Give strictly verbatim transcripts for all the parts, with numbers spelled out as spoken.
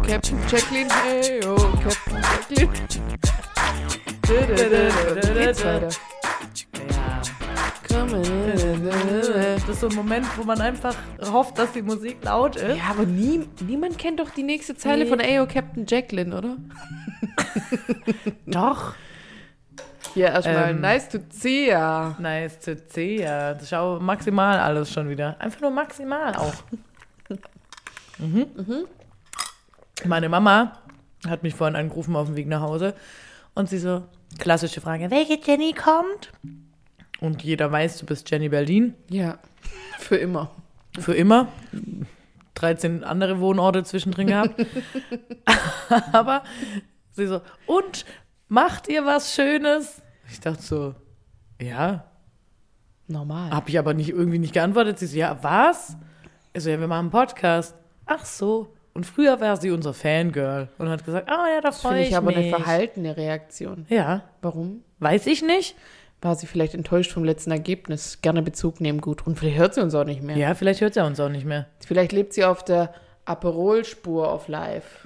Captain Jacqueline, hey, oh, Captain Jacqueline. Geht's weiter. Ja. Das ist so ein Moment, wo man einfach hofft, dass die Musik laut ist. Ja, aber nie, niemand kennt doch die nächste Zeile Nee. von Ayo Captain Jacqueline, oder? Doch. Hier erstmal Ähm. nice to see ya. Nice to see ya. Schau, maximal alles schon wieder. Einfach nur maximal auch. mhm. Mhm. Meine Mama hat mich vorhin angerufen auf dem Weg nach Hause und sie so, klassische Frage, welche Jenny kommt? Und jeder weiß, du bist Jenny Berlin. Ja, für immer. Für immer. dreizehn andere Wohnorte zwischendrin gehabt. Aber sie so, und macht ihr was Schönes? Ich dachte so, ja. Normal. Habe ich aber nicht irgendwie nicht geantwortet. Sie so, ja, was? Ich so, ja, wir machen einen Podcast. Ach so. Und früher war sie unser Fangirl und hat gesagt, ah ja, da Das finde freue ich ich aber mich. eine verhaltene Reaktion. Ja, Warum? weiß ich nicht. War sie vielleicht enttäuscht vom letzten Ergebnis? Gerne Bezug nehmen, gut. Und vielleicht hört sie uns auch nicht mehr. Ja, vielleicht hört sie uns auch nicht mehr. Vielleicht lebt sie auf der Aperol-Spur auf live.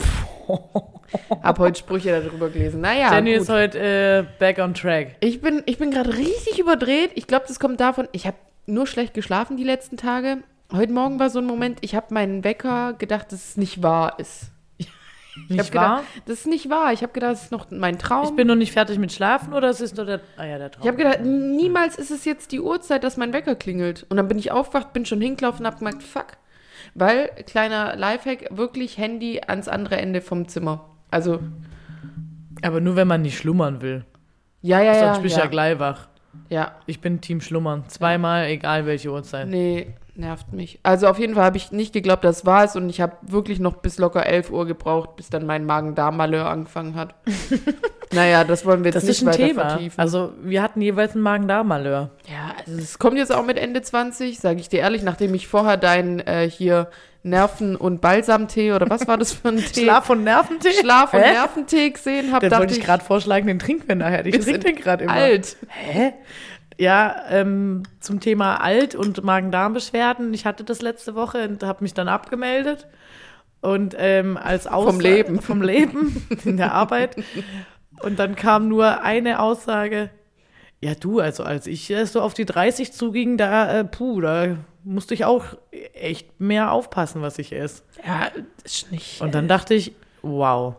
Hab heute Sprüche darüber gelesen. Naja, Jenny gut. ist heute äh, back on track. Ich bin, ich bin gerade richtig überdreht. Ich glaube, das kommt davon, ich habe nur schlecht geschlafen die letzten Tage. Heute Morgen war so ein Moment, ich habe meinen Wecker gedacht, dass es nicht wahr ist. Ich Nicht hab gedacht, wahr? das ist nicht wahr. Ich habe gedacht, das ist noch mein Traum. Ich bin noch nicht fertig mit Schlafen oder es ist nur der, ah ja, der Traum. Ich habe gedacht, niemals ist es jetzt die Uhrzeit, dass mein Wecker klingelt. Und dann bin ich aufgewacht, bin schon hingelaufen und habe gemerkt, fuck. Weil, kleiner Lifehack, wirklich Handy ans andere Ende vom Zimmer. Also, Aber nur, wenn man nicht schlummern will. ja, ja, Sonst ja. bin ich ja gleich wach. Ja, Ich bin Team Schlummern. Zweimal, egal welche Uhrzeit. nee, nervt mich. Also auf jeden Fall habe ich nicht geglaubt, dass es wahr ist. Und ich habe wirklich noch bis locker elf Uhr gebraucht, bis dann mein Magen-Darm-Malheur angefangen hat. Naja, das wollen wir jetzt Das nicht ist ein weiter Thema. vertiefen. Also, wir hatten jeweils einen Magen-Darm-Malheur. Ja, also es kommt jetzt auch mit Ende zwanzig, sage ich dir ehrlich, nachdem ich vorher deinen äh, hier Nerven- und Balsamtee oder was war das für ein Tee? Schlaf- und Nerventee? Schlaf- und Hä? Nerventee gesehen habe, Den dachte wollte ich gerade vorschlagen, den trinken wir nachher. Ich wir trinke sind den gerade immer. alt. Hä? Ja, ähm, zum Thema Alt- und Magen-Darm-Beschwerden. Ich hatte das letzte Woche und habe mich dann abgemeldet. Und ähm, als Aussage... Vom Leben. Vom Leben, in der Arbeit. Und dann kam nur eine Aussage, ja du, also als ich äh, so auf die dreißig zuging, da, äh, puh, da musste ich auch echt mehr aufpassen, was ich esse. Ja, ist nicht. Und dann dachte ich, wow.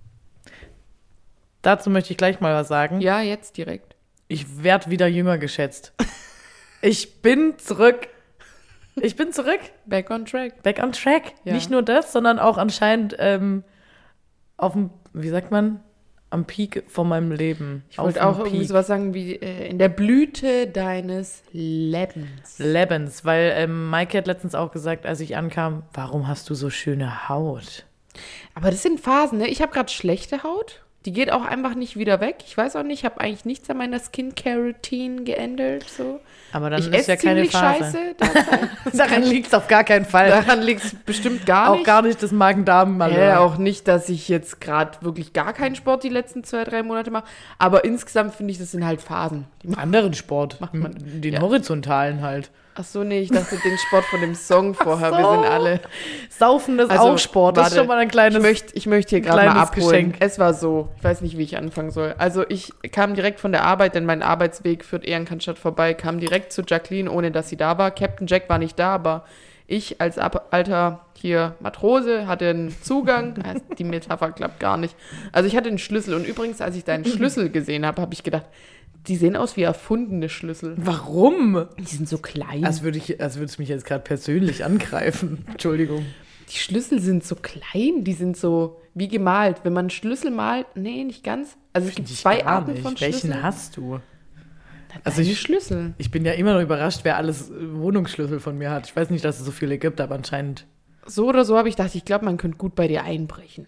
Dazu möchte ich gleich mal was sagen. Ja, jetzt direkt. Ich werde wieder jünger geschätzt. Ich bin zurück. Ich bin zurück. Back on track. Back on track. Ja. Nicht nur das, sondern auch anscheinend ähm, auf dem, wie sagt man, am Peak von meinem Leben. Ich wollte auch irgendwie sowas sagen wie äh, in der Blüte deines Lebens. Lebens, weil ähm, Maike hat letztens auch gesagt, als ich ankam, warum hast du so schöne Haut? Aber das sind Phasen, ne? Ich habe gerade schlechte Haut. Die geht auch einfach nicht wieder weg. Ich weiß auch nicht, ich habe eigentlich nichts an meiner Skincare-Routine geändert. So. Aber dann Ich ist esse ja keine ziemlich Phase. scheiße derzeit. Daran liegt es auf gar keinen Fall. Daran liegt es bestimmt gar auch nicht. gar nicht das Magen-Darm-Malheur. Ja, auch nicht, dass ich jetzt gerade wirklich gar keinen Sport die letzten zwei, drei Monate mache. Aber insgesamt finde ich, das sind halt Phasen. Die machen- anderen Sport, Macht man- den ja. horizontalen halt. Ach so, nee, ich dachte den Sport von dem Song vorher. Wir so. sind alle. Saufen ist Also, auch Sport, das ist warte, schon mal ein kleines... Ich möchte ich möchte hier gerade mal kleines abholen. Geschenk. Es war so, ich weiß nicht, wie ich anfangen soll. Also ich kam direkt von der Arbeit, denn mein Arbeitsweg führt Ehrenkantstadt vorbei, kam direkt zu Jacqueline, ohne dass sie da war. Captain Jack war nicht da, aber ich als ab- alter hier Matrose hatte einen Zugang. Die Metapher klappt gar nicht. Also ich hatte einen Schlüssel und übrigens, als ich deinen Schlüssel gesehen habe, habe ich gedacht, die sehen aus wie erfundene Schlüssel. Warum? Die sind so klein. Als würde ich, als würde es mich jetzt gerade persönlich angreifen. Entschuldigung. Die Schlüssel sind so klein, die sind so wie gemalt. Wenn man einen Schlüssel malt, nee, nicht ganz. Also es gibt Ich zwei gar Arten nicht. von Welchen Schlüsseln. hast du? Also Also die ich- Schlüssel. Ich bin ja immer noch überrascht, wer alles äh, Wohnungsschlüssel von mir hat. Ich weiß nicht, dass es so viele gibt, aber anscheinend. So oder so habe ich gedacht, ich glaube, man könnte gut bei dir einbrechen.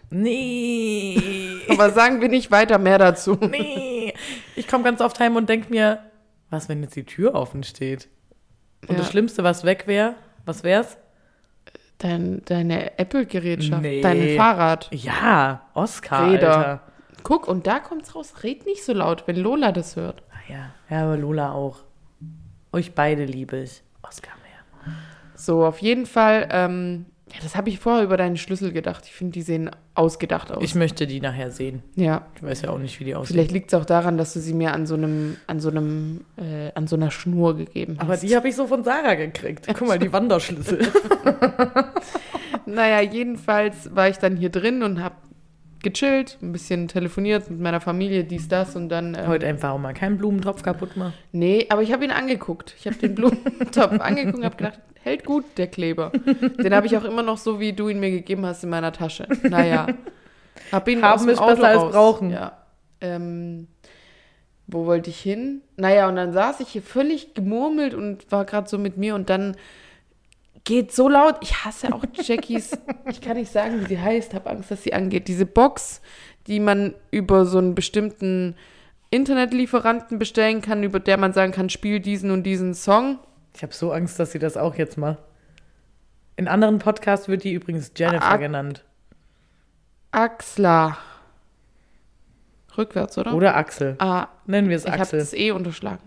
Nee. Aber sagen wir nicht weiter mehr dazu. nee. Ich komme ganz oft heim und denke mir, was, wenn jetzt die Tür offen steht? Und Ja. das Schlimmste, was weg wäre, was wär's? Dein, deine Apple-Gerätschaft, Nee. dein Fahrrad. Ja, Oscar, Räder. Alter. Guck, und da kommt's raus. Red nicht so laut, wenn Lola das hört. Ah ja, ja, aber Lola auch. Euch beide liebe ich. Oscar mehr. So, auf jeden Fall ähm, Ja, das habe ich vorher über deinen Schlüssel gedacht. Ich finde, die sehen ausgedacht aus. Ich möchte die nachher sehen. Ja. Ich weiß ja auch nicht, wie die aussehen. Vielleicht liegt es auch daran, dass du sie mir an so einem, an so einem, äh, an so einer Schnur gegeben hast. Aber die habe ich so von Sarah gekriegt. Guck mal, die Wanderschlüssel. Naja, jedenfalls war ich dann hier drin und habe gechillt, ein bisschen telefoniert mit meiner Familie, dies, das und dann... Ähm, Heute einfach auch mal keinen Blumentopf kaputt machen. Nee, aber ich habe ihn angeguckt. Ich habe den Blumentopf angeguckt und habe gedacht, hält gut, der Kleber. Den habe ich auch immer noch so, wie du ihn mir gegeben hast, in meiner Tasche. Naja. Hab ihn Haben aus dem ist Auto besser als raus. brauchen. Ja. Ähm, wo wollte ich hin? Naja, und dann saß ich hier völlig gemurmelt und war gerade so mit mir und dann geht so laut. Ich hasse auch Jackies, ich kann nicht sagen, wie sie heißt, habe Angst, dass sie angeht. Diese Box, die man über so einen bestimmten Internetlieferanten bestellen kann, über der man sagen kann, spiel diesen und diesen Song. Ich habe so Angst, dass sie das auch jetzt macht. In anderen Podcasts wird die übrigens Jennifer A- genannt. Axla. Rückwärts, oder? Oder Axel. Ah, Nennen wir es ich habe Axel. das E unterschlagen.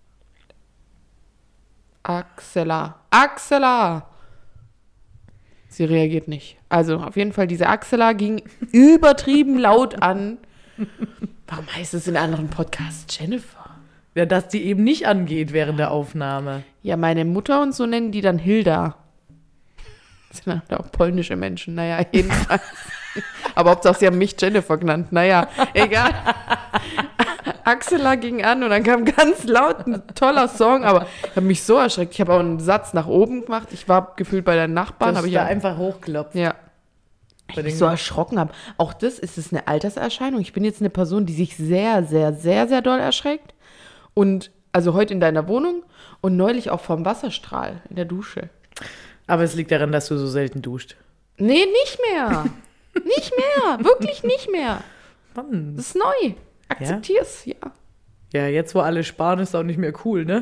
Axela. Axela. Sie reagiert nicht. Also auf jeden Fall, diese Axela ging übertrieben laut an. Warum heißt es in anderen Podcasts Jennifer? Ja, dass die eben nicht angeht während der Aufnahme. Ja, meine Mutter und so nennen die dann Hilda. Das sind halt auch polnische Menschen. Naja, jedenfalls. Aber Hauptsache, sie haben mich Jennifer genannt. Naja, egal. Axela ging an und dann kam ganz laut ein toller Song, aber ich habe mich so erschreckt. Ich habe auch einen Satz nach oben gemacht. Ich war gefühlt bei den Nachbarn. Das Hab ist ich da ja, einfach hochklopft. ja. Ich mich so erschrocken habe. Auch das, ist es eine Alterserscheinung? Ich bin jetzt eine Person, die sich sehr, sehr, sehr, sehr doll erschreckt. Und also heute in deiner Wohnung und neulich auch vom Wasserstrahl in der Dusche. Aber es liegt daran, dass du so selten duscht. Nee, nicht mehr. Nicht mehr. Wirklich nicht mehr. Mann. Das ist neu. Akzeptier's, ja. Ja, jetzt wo alle sparen, ist auch nicht mehr cool, ne?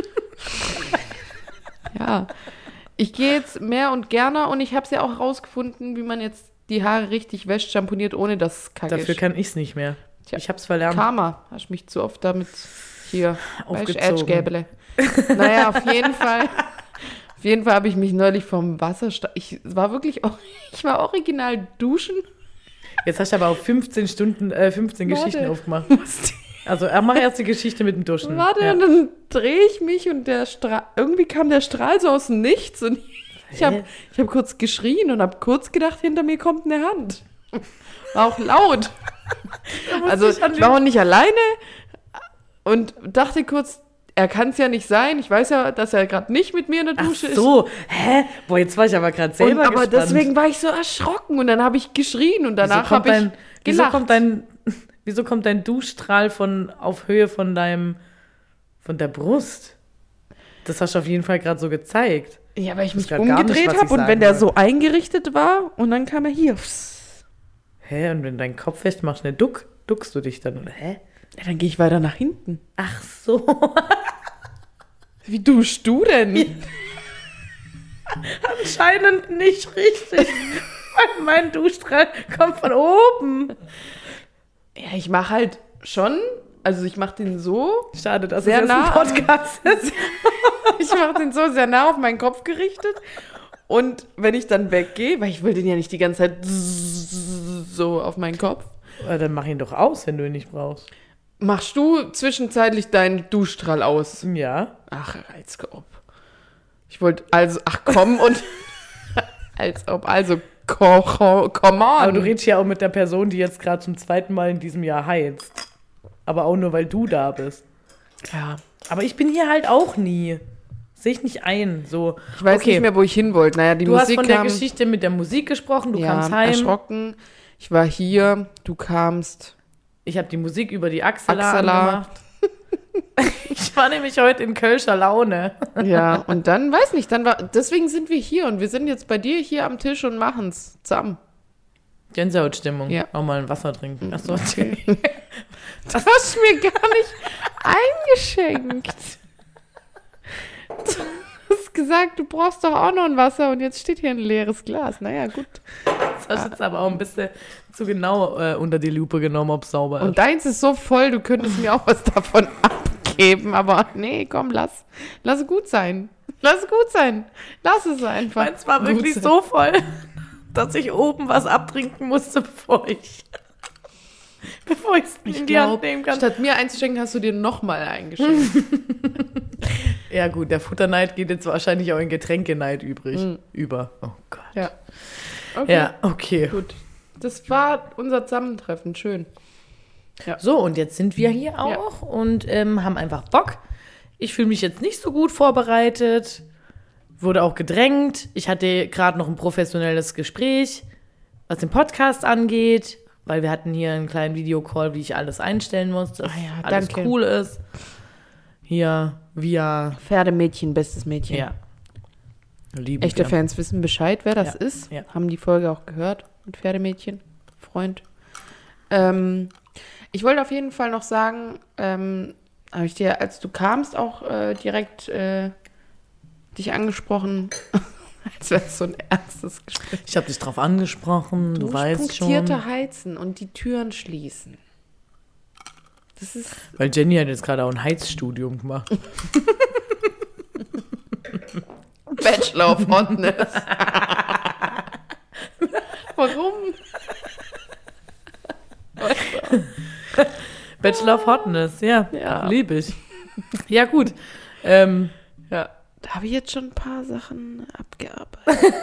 Ja. Ich gehe jetzt mehr und gerne und ich habe es ja auch rausgefunden, wie man jetzt die Haare richtig wäscht, schamponiert, ohne dass es kacke Dafür ist. kann ich's nicht mehr. Tja. Ich hab's verlernt. Karma. Hast mich zu oft damit hier Aufgezogen. Edgegäbele. Naja, auf jeden Fall. Auf jeden Fall habe ich mich neulich vom Wasserstrahl. Ich war wirklich auch, ich war original duschen. Jetzt hast du aber auch fünfzehn Stunden, äh, fünfzehn Warte. Geschichten aufgemacht. Also, er macht erst die Geschichte mit dem Duschen. Warte, ja. und dann drehe ich mich und der Strahl, irgendwie kam der Strahl so aus dem Nichts und ich habe ich hab kurz geschrien und habe kurz gedacht, hinter mir kommt eine Hand. War auch laut. Also ich war auch nicht alleine und dachte kurz, er kann es ja nicht sein. Ich weiß ja, dass er gerade nicht mit mir in der Ach Dusche so, hä? Boah, jetzt war ich aber gerade ist. selber Und, aber gespannt. deswegen war ich so erschrocken und dann habe ich geschrien und danach Wieso kommt habe ich dein, wieso gelacht. kommt dein, wieso kommt dein Duschstrahl von, auf Höhe von deinem, von der Brust? Das hast du auf jeden Fall gerade so gezeigt. Ja, weil ich mich grad gar nicht, umgedreht was ich habe und sagen wenn der wollte. so eingerichtet war und dann kam er hier. Hä, und wenn dein Kopf fest machst, ne, duck, duckst du dich dann, oder hä? Ja, dann gehe ich weiter nach hinten. Ach so. Wie duschst du denn? Anscheinend nicht richtig. Weil mein Duschstrahl kommt von oben. Ja, ich mache halt schon, also ich mache den so, Schade, dass Sehr es jetzt ein nah am- Podcast ist. ich mache den so sehr nah auf meinen Kopf gerichtet und wenn ich dann weggehe, weil ich will den ja nicht die ganze Zeit so auf meinen Kopf, Ja, dann mach ihn doch aus, wenn du ihn nicht brauchst. machst du zwischenzeitlich deinen Duschstrahl aus. Ja. Ach, als ob. Ich wollte, also, ach komm und als ob, also, ko- ko- come on. Aber du redest ja auch mit der Person, die jetzt gerade zum zweiten Mal in diesem Jahr heizt. Aber auch nur, weil du da bist. Ja. Aber ich bin hier halt auch nie. Sehe ich nicht ein. So, Ich weiß okay, nicht mehr, wo ich hin wollte. Naja, die du hast Musik von der kam, Geschichte mit der Musik gesprochen, du ja, kamst heim. erschrocken. Ich war hier, du kamst. Ich habe die Musik über die Axela Axela. angemacht. Ich war nämlich heute in Kölscher Laune. Ja, und dann, weiß nicht, dann war, deswegen sind wir hier und wir sind jetzt bei dir hier am Tisch und machen's zusammen. Gänsehautstimmung. Ja. auch mal ein Wasser trinken. Achso, okay. Das hast du mir gar nicht eingeschenkt. Du hast gesagt, du brauchst doch auch noch ein Wasser und jetzt steht hier ein leeres Glas. Naja, gut. Das hast du jetzt aber auch ein bisschen zu genau äh, unter die Lupe genommen, ob es sauber ist. Und deins ist so voll, du könntest mir auch was davon abgeben, aber nee, komm, lass, lass gut sein. Lass es gut sein. Lass es einfach. Meins war wirklich sein. so voll, dass ich oben was abtrinken musste, bevor ich bevor ich es in Ich die glaub, Hand nehmen kann. statt mir einzuschenken, hast du dir nochmal eingeschenkt. Ja gut, der Futterneid geht jetzt wahrscheinlich auch in Getränkeneid übrig. Mhm. Über. Oh Gott. Ja. Okay, Ja, okay. gut. Das war unser Zusammentreffen. Schön. So, und jetzt sind wir hier auch und ähm, haben einfach Bock. Ich fühle mich jetzt nicht so gut vorbereitet. Wurde auch gedrängt. Ich hatte gerade noch ein professionelles Gespräch, was den Podcast angeht, weil wir hatten hier einen kleinen Videocall, wie ich alles einstellen muss, dass Ah ja, alles danke. cool ist. Hier via... Pferdemädchen, bestes Mädchen. Ja. Liebe Echte wir. Fans wissen Bescheid, wer das Ja, ist. ja. Haben die Folge auch gehört mit Pferdemädchen, Freund. Ähm, ich wollte auf jeden Fall noch sagen, ähm, habe ich dir, als du kamst, auch äh, direkt äh, dich angesprochen, als wäre es so ein ernstes Gespräch. Ich habe dich drauf angesprochen, du, weißt schon. Punktierte Heizen und die Türen schließen. Das ist Weil Jenny hat jetzt gerade auch ein Heizstudium gemacht. Bachelor of Hotness. Warum? Bachelor of Hotness, ja, Ja. liebe ich. Ja, gut. Ähm, Ja, da habe ich jetzt schon ein paar Sachen abgearbeitet.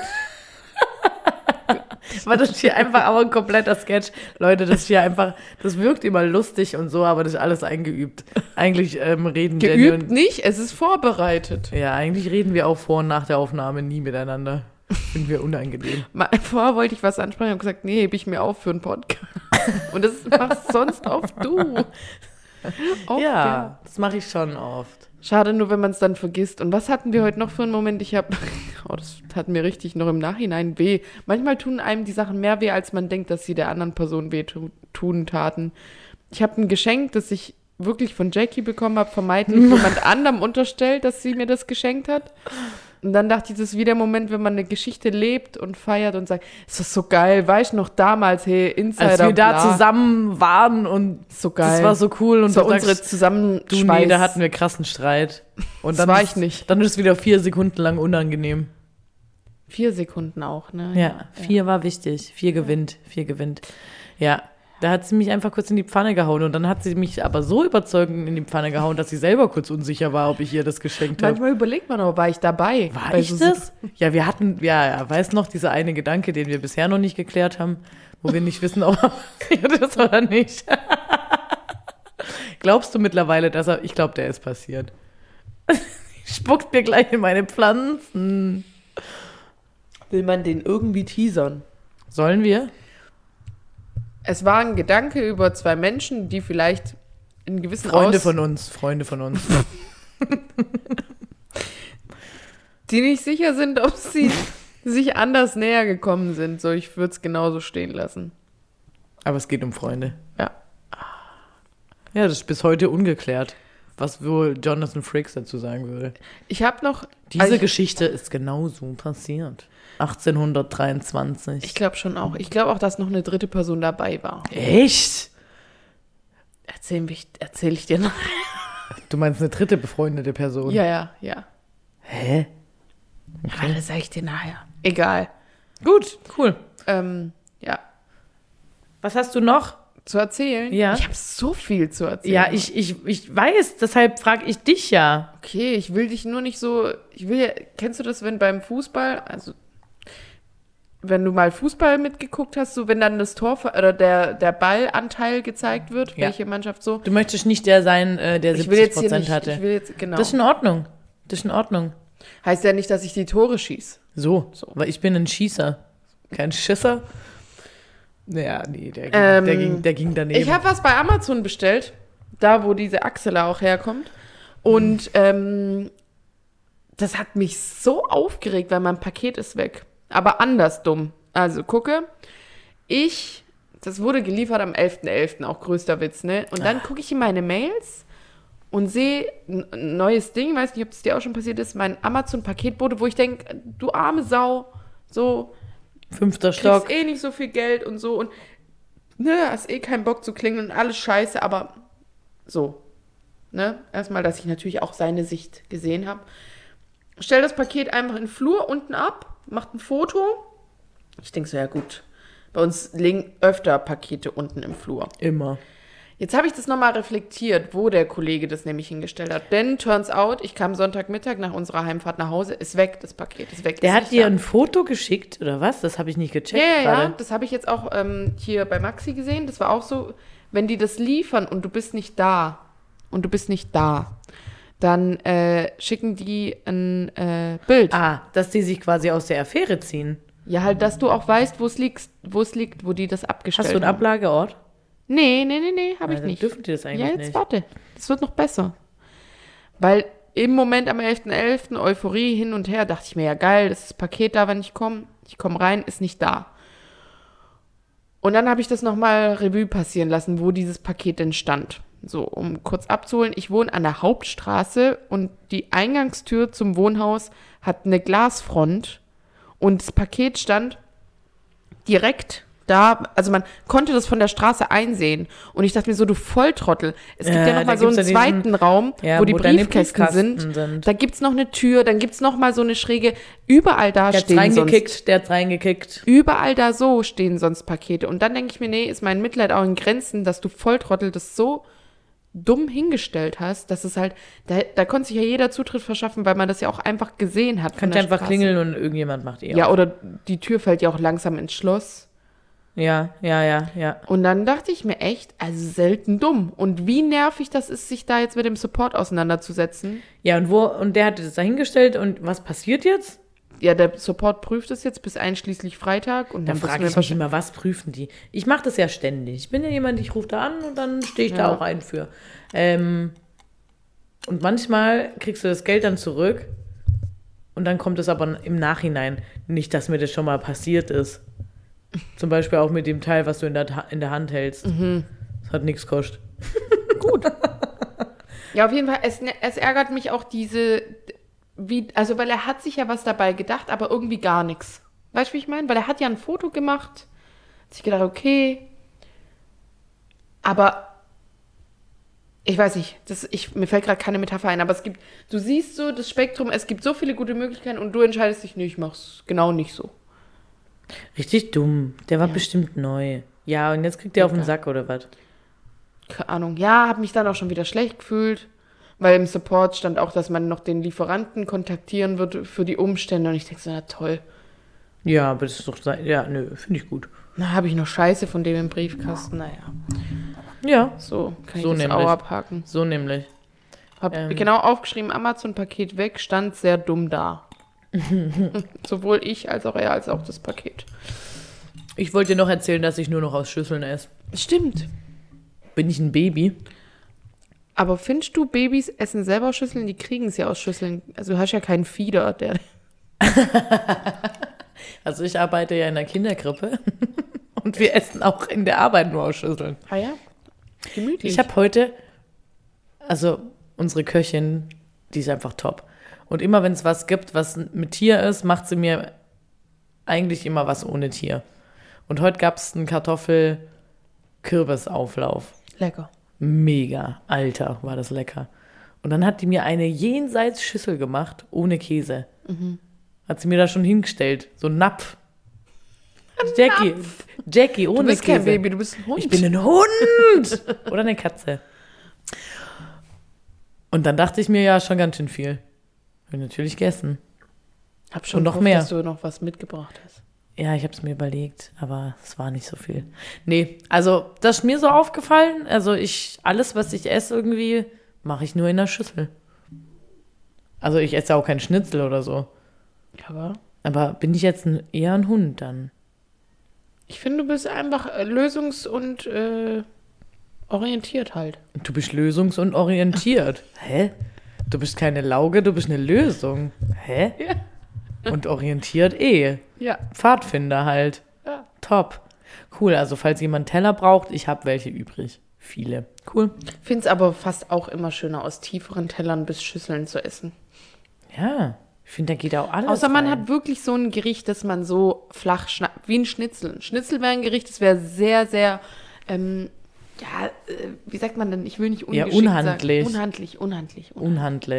war das hier einfach aber ein kompletter Sketch. Leute, das hier einfach, das wirkt immer lustig und so, aber das ist alles eingeübt. Eigentlich ähm, reden Jenny Geübt und, nicht, es ist vorbereitet. ja, eigentlich reden wir auch vor und nach der Aufnahme nie miteinander. Finden wir unangenehm. Mal, vorher wollte ich was ansprechen und gesagt, nee, hebe ich mir auf für einen Podcast. Und das machst sonst oft du. Oft, Ja, das mache ich schon oft. Schade nur, wenn man es dann vergisst. Und was hatten wir heute noch für einen Moment? Ich habe, oh, das tat mir richtig noch im Nachhinein weh. Manchmal tun einem die Sachen mehr weh, als man denkt, dass sie der anderen Person weh tu- tun taten. Ich habe ein Geschenk, das ich wirklich von Jackie bekommen habe, vermeintlich jemand anderem unterstellt, dass sie mir das geschenkt hat. Und dann dachte ich, das ist wie der Moment, wenn man eine Geschichte lebt und feiert und sagt, es ist so geil, weißt du noch damals, hey, Insider, Als wir da bla. zusammen waren und So geil. das war so cool. Und Das war du unsere sagst, Zusammenschweiß. du, nee, da hatten wir krassen Streit. Und Das dann war ist, ich nicht. Dann ist es wieder vier Sekunden lang unangenehm. Vier Sekunden auch, ne? Ja, vier war wichtig. Vier gewinnt. Vier gewinnt. Ja, da hat sie mich einfach kurz in die Pfanne gehauen. Und dann hat sie mich aber so überzeugend in die Pfanne gehauen, dass sie selber kurz unsicher war, ob ich ihr das geschenkt habe. Manchmal überlegt man aber, war ich dabei? War Bei ich so- das? Ja, wir hatten, ja, ja, weiß noch, dieser eine Gedanke, den wir bisher noch nicht geklärt haben, wo wir nicht wissen, ob er passiert ist oder nicht. Glaubst du mittlerweile, dass er, ich glaube, der ist passiert. Spuckt mir gleich in meine Pflanzen. Will man den irgendwie teasern? Sollen wir? Es war ein Gedanke über zwei Menschen, die vielleicht in gewissen Freunde Aus- von uns, Freunde von uns. die nicht sicher sind, ob sie sich anders näher gekommen sind. So, ich würde es genauso stehen lassen. Aber es geht um Freunde. Ja. Ja, das ist bis heute ungeklärt, was wohl Jonathan Frakes dazu sagen würde. Ich habe noch... Diese also ich, Geschichte ist genauso passiert. achtzehnhundertdreiundzwanzig. ich glaube schon auch. Ich glaube auch, dass noch eine dritte Person dabei war. Echt? Erzähl, ich, erzähl ich dir noch. Du meinst eine dritte befreundete Person? Ja, ja, ja. Hä? Aber das sage ich dir nachher. Egal. Gut, cool. Ähm, ja. Was hast du noch? Zu erzählen? Ja. Ich habe so viel zu erzählen. Ja, ich, ich, ich weiß, deshalb frage ich dich ja. Okay, ich will dich nur nicht so. Ich will ja. Kennst du das, wenn beim Fußball, also wenn du mal Fußball mitgeguckt hast, so wenn dann das Tor ver- oder der, der Ballanteil gezeigt wird, Ja. welche Mannschaft so. Du möchtest nicht der sein, äh, der Ich will siebzig jetzt hier Prozent nicht. hatte. Ich will jetzt, genau. Das ist in Ordnung. Das ist in Ordnung. Heißt ja nicht, dass ich die Tore schieße. So, So. weil ich bin ein Schießer. Kein Schisser. Naja, nee, der ging, Ähm, der ging, der ging daneben. Ich habe was bei Amazon bestellt, da wo diese Achsel auch herkommt. Und ähm, das hat mich so aufgeregt, weil mein Paket ist weg. Aber anders dumm. Also gucke, ich, das wurde geliefert am elften elften, auch größter Witz, ne? Und dann gucke ich in meine Mails und sehe ein ein neues Ding, weiß nicht, ob es dir auch schon passiert ist, mein Amazon-Paketbote, wo ich denke, du arme Sau, so, Fünfter kriegst Stock. eh nicht so viel Geld und so und ne, hast eh keinen Bock zu klingeln und alles scheiße, aber so, ne, erstmal, dass ich natürlich auch seine Sicht gesehen habe. stellt das Paket einfach in den Flur unten ab, macht ein Foto. Ich denke so, ja gut, bei uns liegen öfter Pakete unten im Flur. Immer. Jetzt habe ich das nochmal reflektiert, wo der Kollege das nämlich hingestellt hat. Denn, turns out, ich kam Sonntagmittag nach unserer Heimfahrt nach Hause, ist weg, das Paket, ist weg. Der ist hat nicht dir da. ein Foto geschickt, oder was? Das habe ich nicht gecheckt Ja, ja, gerade. ja, das habe ich jetzt auch ähm, hier bei Maxi gesehen. Das war auch so, wenn die das liefern und du bist nicht da, und du bist nicht da, dann äh, schicken die ein äh, Bild. Ah, dass die sich quasi aus der Affäre ziehen. Ja, halt, dass du auch weißt, wo es liegt, wo es liegt, wo die das abgestellt Hast du einen haben. Ablageort? Nee, nee, nee, nee, habe Ja, ich dann nicht. dürfen die das eigentlich ja, jetzt nicht. warte. Das wird noch besser. Weil im Moment am elften elften Euphorie hin und her, dachte ich mir, ja geil, das ist das Paket da, wenn ich komme. Ich komme rein, ist nicht da. Und dann habe ich das nochmal Revue passieren lassen, wo dieses Paket denn stand. So, um kurz abzuholen, ich wohne an der Hauptstraße und die Eingangstür zum Wohnhaus hat eine Glasfront und das Paket stand direkt da, also man konnte das von der Straße einsehen. Und ich dachte mir so, du Volltrottel. Es gibt Ja, ja noch da mal so einen gibt's ja diesen- zweiten Raum, Ja, wo die wo dann die Briefkästen sind. Briefkasten sind. Da gibt's noch eine Tür, dann gibt's noch mal so eine schräge, überall da Der hat's stehen reingekickt, sonst. der hat's reingekickt. Überall da so stehen sonst Pakete. Und dann denke ich mir, nee, ist mein Mitleid auch in Grenzen, dass du Volltrottel das so dumm hingestellt hast, dass es halt, da, da konnte sich ja jeder Zutritt verschaffen, weil man das ja auch einfach gesehen hat. von Kannst der einfach Straße. klingeln und irgendjemand macht eh Ja, auf. oder die Tür fällt ja auch langsam ins Schloss. Ja, ja, ja, ja. Und dann dachte ich mir echt, also selten dumm. Und wie nervig das ist, sich da jetzt mit dem Support auseinanderzusetzen. Ja, und wo, und der hat das da hingestellt und was passiert jetzt? Ja, der Support prüft es jetzt bis einschließlich Freitag. Und Da dann frage wissen ich wir mich immer, was prüfen die? Ich mache das ja ständig. Ich bin ja jemand, ich rufe da an und dann stehe ich da Ja. auch ein für. Ähm, und manchmal kriegst du das Geld dann zurück und dann kommt es aber im Nachhinein. Nicht, dass mir das schon mal passiert ist. Zum Beispiel auch mit dem Teil, was du in der, Ta- in der Hand hältst. Mhm. Das hat nichts gekostet. Ja, auf jeden Fall, es, es ärgert mich auch diese, wie, also weil er hat sich ja was dabei gedacht, aber irgendwie gar nichts. Weißt du, wie ich meine? Weil er hat ja ein Foto gemacht, hat sich gedacht, okay, aber ich weiß nicht, das, ich, mir fällt gerade keine Metapher ein, aber es gibt, du siehst so das Spektrum, es gibt so viele gute Möglichkeiten und du entscheidest dich, nee, ich mach's genau nicht so. Richtig dumm. Der war Ja. bestimmt neu. Ja, und jetzt kriegt der auf den Ja. Sack oder was? Keine Ahnung. Ja, habe mich dann auch schon wieder schlecht gefühlt, weil im Support stand auch, dass man noch den Lieferanten kontaktieren wird für die Umstände und ich denke so, na toll. Ja, aber das ist doch, se- ja, nö, finde ich gut. Na, habe ich noch Scheiße von dem im Briefkasten, naja. Ja, So, kann So ich das nämlich. auch abhaken. so nämlich. Hab Ähm. genau aufgeschrieben, Amazon-Paket weg, stand sehr dumm da. Sowohl ich als auch er, als auch das Paket. Ich wollte dir noch erzählen, dass ich nur noch aus Schüsseln esse. Stimmt. Bin ich ein Baby? Aber findest du, Babys essen selber aus Schüsseln? Die kriegen es ja aus Schüsseln. Also du hast ja keinen Fieder, der... Also ich arbeite ja in der Kinderkrippe und wir essen auch in der Arbeit nur aus Schüsseln. Ah ja? Gemütlich. Ich habe heute, also unsere Köchin, die ist einfach top. Und immer wenn es was gibt, was mit Tier ist, macht sie mir eigentlich immer was ohne Tier. Und heute gab es einen Kartoffel-Kürbisauflauf. Lecker. Mega, Alter, war das lecker. Und dann hat die mir eine jenseits Schüssel gemacht, ohne Käse. Hat sie mir da schon hingestellt, so ein Napf. Jackie, Jackie, ohne Du bist Käse. kein Baby, du bist ein Hund. Ich bin ein Hund! Oder eine Katze. Und dann dachte ich mir, ja, schon ganz schön viel. Hab ich natürlich gegessen. Hab schon Und noch gehofft, mehr. dass du noch was mitgebracht hast. Ja, ich habe es mir überlegt, aber es war nicht so viel. Nee, also das ist mir so aufgefallen. Also ich, alles, was ich esse irgendwie, mache ich nur in der Schüssel. Also ich esse auch keinen Schnitzel oder so. Aber Aber bin ich jetzt ein, eher ein Hund dann? ich finde, du bist einfach äh, lösungs- und äh, orientiert halt. Du bist lösungs- und orientiert. Hä? Du bist keine Lauge, du bist eine Lösung. Hä? Ja. Und orientiert eh. Ja. Pfadfinder halt. Ja. Top. Cool, also falls jemand Teller braucht, ich habe welche übrig. Viele. Cool. Finde es aber fast auch immer schöner, aus tieferen Tellern bis Schüsseln zu essen. Ja, ich finde, da geht auch alles Außer man rein. hat wirklich so ein Gericht, das man so flach schnappt, wie ein Schnitzel. Ein Schnitzel wäre ein Gericht, das wäre sehr, sehr, ähm, ja, äh, wie sagt man denn? Ich will nicht Ja, ungeschickt unhandlich. sagen. Unhandlich, unhandlich, unhandlich. Unhandlich.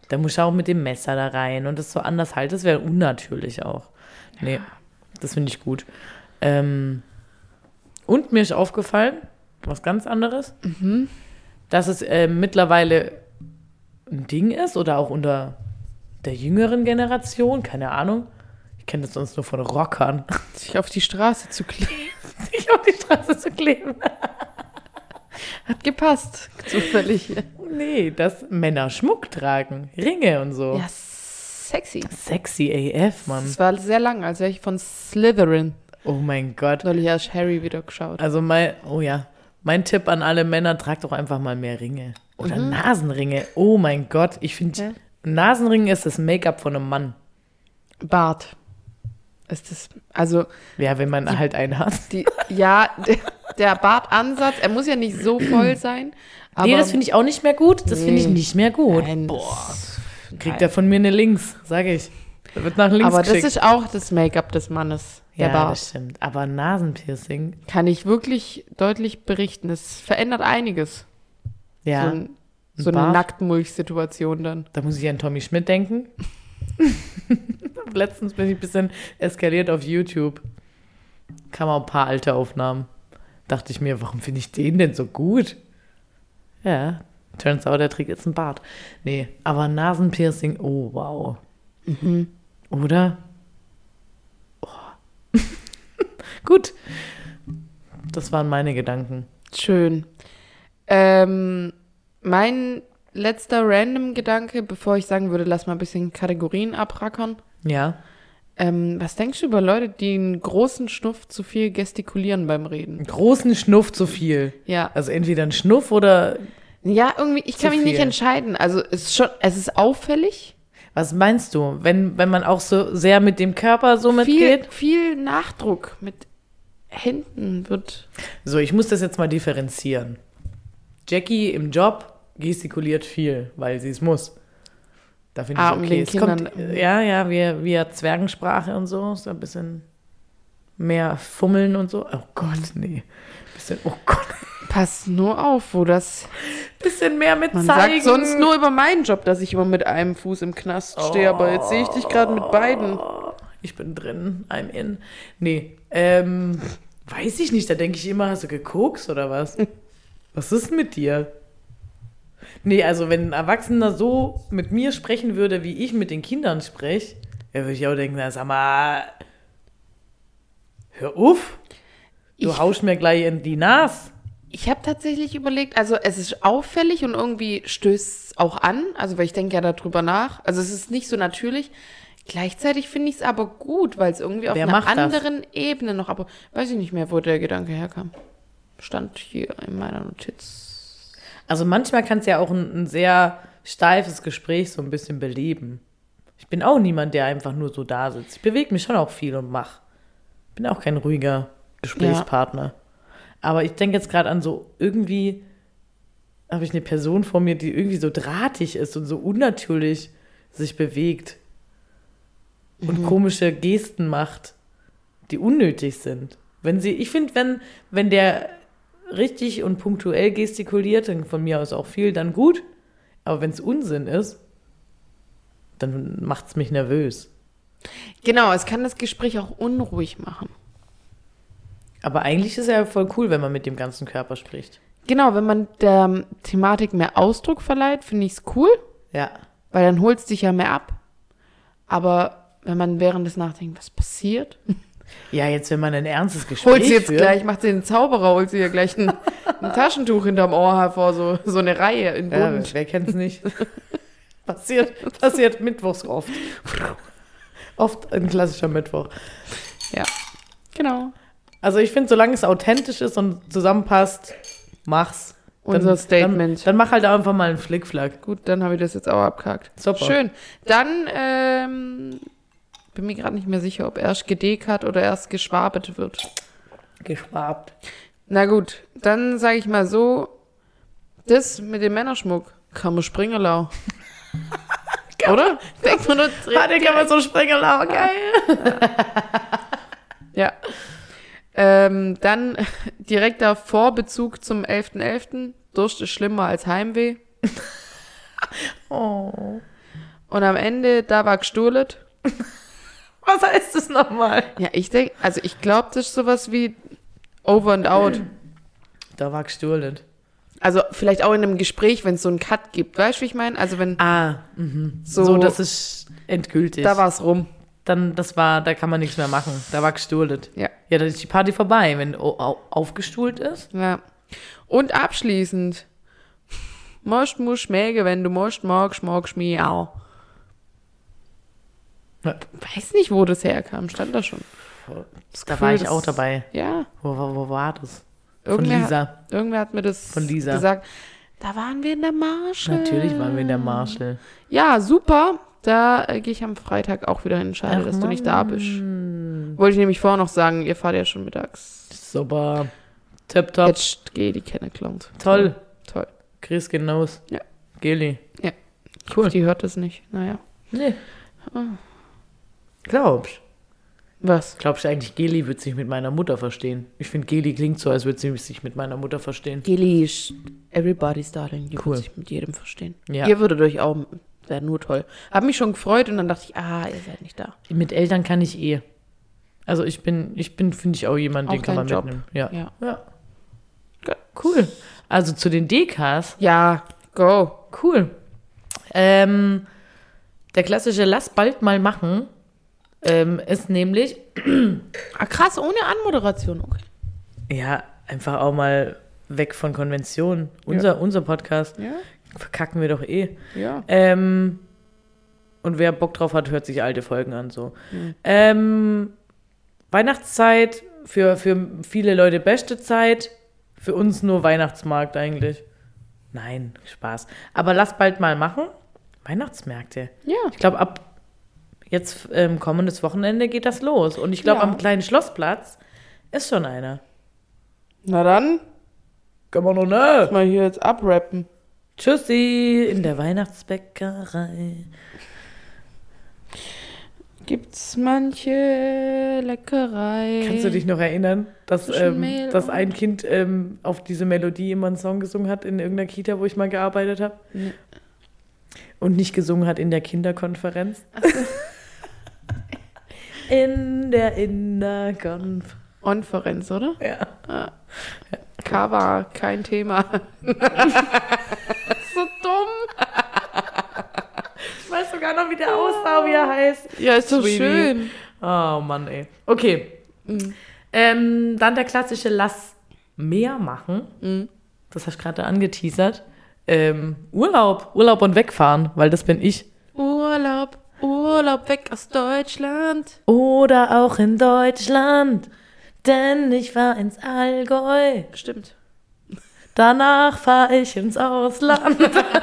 Da muss ich auch mit dem Messer da rein und das so anders halt, das wäre unnatürlich auch. Nee, das finde ich gut. Ähm, und mir ist aufgefallen, was ganz anderes, Mhm. dass es äh, mittlerweile ein Ding ist oder auch unter der jüngeren Generation, keine Ahnung. Ich kenne das sonst nur von Rockern. Sich auf die Straße zu kleben. Sich auf die Straße zu kleben. Hat gepasst, zufällig. Nee, dass Männer Schmuck tragen, Ringe und so. Ja, sexy. Sexy A F, Mann. Das war sehr lang, als wäre ich von Slytherin. Oh mein Gott. Neulich erst Harry wieder geschaut. Also mein, oh ja, mein Tipp an alle Männer, tragt doch einfach mal mehr Ringe. Oder Mhm. Nasenringe. Oh mein Gott, ich finde, Ja. Nasenring ist das Make-up von einem Mann. Bart. Ist das, also, Ja, wenn man halt einen hat. die, ja, der, der Bartansatz, er muss ja nicht so voll sein. Aber Nee, das finde ich auch nicht mehr gut. Das finde ich Nee. nicht mehr gut. Nein, Boah, das- kriegt er von mir eine Links, sage ich. Er wird nach links Aber das geschickt. ist auch das Make-up des Mannes, der ja, Bart. das stimmt. Aber Nasenpiercing, Kann ich wirklich deutlich berichten. Es verändert einiges. ja, So, ein, so ein eine Bart. Nacktmulch-Situation dann. Da muss ich an Tommy Schmidt denken. Letztens bin ich ein bisschen eskaliert auf YouTube. Kam auch ein paar alte Aufnahmen. Dachte ich mir, warum finde ich den denn so gut? Ja, turns out, der trägt jetzt einen Bart. Nee, aber Nasenpiercing, oh wow. Mhm. Oder? Oh. Gut. Das waren meine Gedanken. Schön. Ähm, mein letzter random Gedanke, bevor ich sagen würde, lass mal ein bisschen Kategorien abrackern. Ja. Ähm, was denkst du über Leute, die einen großen Schnuff zu viel gestikulieren beim Reden? Einen großen Schnuff zu viel. Ja. Also entweder ein Schnuff oder. Ja, irgendwie, ich Zu kann mich nicht viel. entscheiden. Also es ist schon, es ist auffällig. Was meinst du? Wenn, wenn man auch so sehr mit dem Körper so Viel, mitgeht? viel Nachdruck mit Händen wird. So, ich muss das jetzt mal differenzieren. Jackie im Job gestikuliert viel, weil sie es muss. Da finde ich Ah, um okay. den Es kommt, Kindern- ja, ja, wir, wir Zwergensprache und so, ist ein bisschen mehr Fummeln und so. Oh Gott, nee. Bisschen, oh Gott. Pass nur auf, wo das. Bisschen mehr mit Man zeigen. sagt sonst nur über meinen Job, dass ich immer mit einem Fuß im Knast stehe, aber jetzt sehe ich dich gerade mit beiden. Ich bin drin, I'm in. Nee, ähm, weiß ich nicht, da denke ich immer, hast du gekokst oder was? Was ist mit dir? Nee, also wenn ein Erwachsener so mit mir sprechen würde, wie ich mit den Kindern spreche, ja, würde ich auch denken, na, sag mal, hör auf, du Ich- haust mir gleich in die Nase. Ich habe tatsächlich überlegt, also es ist auffällig und irgendwie stößt es auch an, also weil ich denke ja darüber nach. Also es ist nicht so natürlich. Gleichzeitig finde ich es aber gut, weil es irgendwie auf Wer einer macht das? anderen Ebene noch, aber weiß ich nicht mehr, wo der Gedanke herkam. Stand hier in meiner Notiz. Also manchmal kann es ja auch ein, ein sehr steifes Gespräch so ein bisschen beleben. Ich bin auch niemand, der einfach nur so da sitzt. Ich bewege mich schon auch viel und mach. Bin auch kein ruhiger Gesprächspartner. Aber ich denke jetzt gerade an so, irgendwie habe ich eine Person vor mir, die irgendwie so drahtig ist und so unnatürlich sich bewegt und komische Gesten macht, die unnötig sind. Wenn sie, ich finde, wenn, wenn der richtig und punktuell gestikuliert, dann von mir aus auch viel, dann gut. Aber wenn es Unsinn ist, dann macht es mich nervös. Genau, es kann das Gespräch auch unruhig machen. Aber eigentlich ist es ja voll cool, wenn man mit dem ganzen Körper spricht. Genau, wenn man der Thematik mehr Ausdruck verleiht, finde ich es cool, Ja. weil dann holt es dich ja mehr ab. Aber wenn man während des Nachdenkens, was passiert? Ja, jetzt, wenn man ein ernstes Gespräch Holt sie jetzt führt, gleich, macht sie den Zauberer, holt sie ja gleich ein, ein Taschentuch hinterm Ohr hervor, so, so eine Reihe in Ja, bunt. wer kennt's nicht? passiert, passiert mittwochs oft. Oft ein klassischer Mittwoch. Ja, genau. Also ich finde, solange es authentisch ist und zusammenpasst, mach's. Unser Statement. Dann, dann mach halt einfach mal einen Flickflack. Gut, dann habe ich das jetzt auch abgehakt. Super. Schön. Dann, ähm, bin mir gerade nicht mehr sicher, ob erst gedekert oder erst geschwabet wird. Geschwabt. Na gut, dann sage ich mal so, das mit dem Männerschmuck kann man Springelau. Oder? Denkt man nur Ah, den kann man so springen, aber geil. Ja. Ähm, dann direkter Vorbezug zum elften elften Durst ist schlimmer als Heimweh. Oh. Und am Ende, da war gestohlen. Was heißt das nochmal? Ja, ich denke, also ich glaube, das ist sowas wie over and out. Da war gestohlen. Also vielleicht auch in einem Gespräch, wenn es so einen Cut gibt. Weißt du, wie ich meine? Also wenn Ah, mhm. so, so, das ist endgültig. da war es rum. Dann, das war, da kann man nichts mehr machen. Da war gestohlen. Ja. Ja, dann ist die Party vorbei, wenn au- au- aufgestuhlt ist. Ja. Und abschließend, musst muss schmecken, wenn du musst, magst, magst mich auch. Ja. Weiß nicht, wo das herkam, stand da schon. Das Da Gefühl, war ich das- auch dabei. Ja, Wo, wo, wo war das? Von irgendwer, Lisa. irgendwer hat mir das Von Lisa. gesagt. Da waren wir in der Marshall. Natürlich waren wir in der Marshall. Ja, super. Da äh, gehe ich am Freitag auch wieder hin. Schade, Ach, dass du nicht da bist. Mann. Wollte ich nämlich vorher noch sagen, ihr fahrt ja schon mittags. Super. Tipptopp. Jetzt geht die kennengelernt. Toll. Toll. Chris geht raus. Ja. Geli. Ja. Cool. Die hört das nicht. Naja. Nee. Glaubst Was? Glaubst du eigentlich, Geli wird sich mit meiner Mutter verstehen? Ich finde, Geli klingt so, als würde sie sich mit meiner Mutter verstehen. Geli ist everybody's darling. Die Cool. wird sich mit jedem verstehen. Ja. Ihr würdet euch auch, wäre nur toll. Hab mich schon gefreut und dann dachte ich, ah, ihr seid nicht da. Mit Eltern kann ich eh. Also ich bin, ich bin, finde ich auch jemand, Auch den kann man dein Job. mitnehmen. Ja. Ja. ja. Cool. Also zu den D Ks. Ja, go. Cool. Ähm, der klassische Lass bald mal machen ähm, ist nämlich, Ah, krass, ohne Anmoderation. Okay. ja, einfach auch mal weg von Konventionen. Unser, unser Podcast Ja, verkacken wir doch eh. ja. Ähm, und wer Bock drauf hat, hört sich alte Folgen an. So. Mhm. Ähm, Weihnachtszeit, für, für viele Leute beste Zeit, für uns nur Weihnachtsmarkt eigentlich. Nein, Spaß. Aber lass bald mal machen. Weihnachtsmärkte. Ja. Ich glaube, ab jetzt ähm, kommendes Wochenende geht das los. Und ich glaube, Ja. am kleinen Schlossplatz ist schon einer. Na dann, Können wir noch nicht. mal hier jetzt abrappen. Tschüssi, in der Weihnachtsbäckerei. Gibt's manche Leckerei. Kannst du dich noch erinnern, dass, Zwischen ähm, Mehl dass und- ein Kind ähm, auf diese Melodie immer einen Song gesungen hat in irgendeiner Kita, wo ich mal gearbeitet habe? Nee. Und nicht gesungen hat in der Kinderkonferenz? in der Innerkonferenz. Konferenz, oder? Ja. K war kein Thema. so dumm. Ich weiß sogar noch, wie der aussah, wie er heißt. Ja, ist so Sweetie. schön. Oh Mann, ey. Okay. Mhm. Ähm, dann der klassische Lass mehr machen. Mhm. Das hast du gerade angeteasert. Ähm, Urlaub. Urlaub und wegfahren, weil das bin ich. Urlaub, Urlaub weg aus Deutschland. Oder auch in Deutschland. Denn ich war ins Allgäu. Stimmt. Danach fahre ich ins Ausland.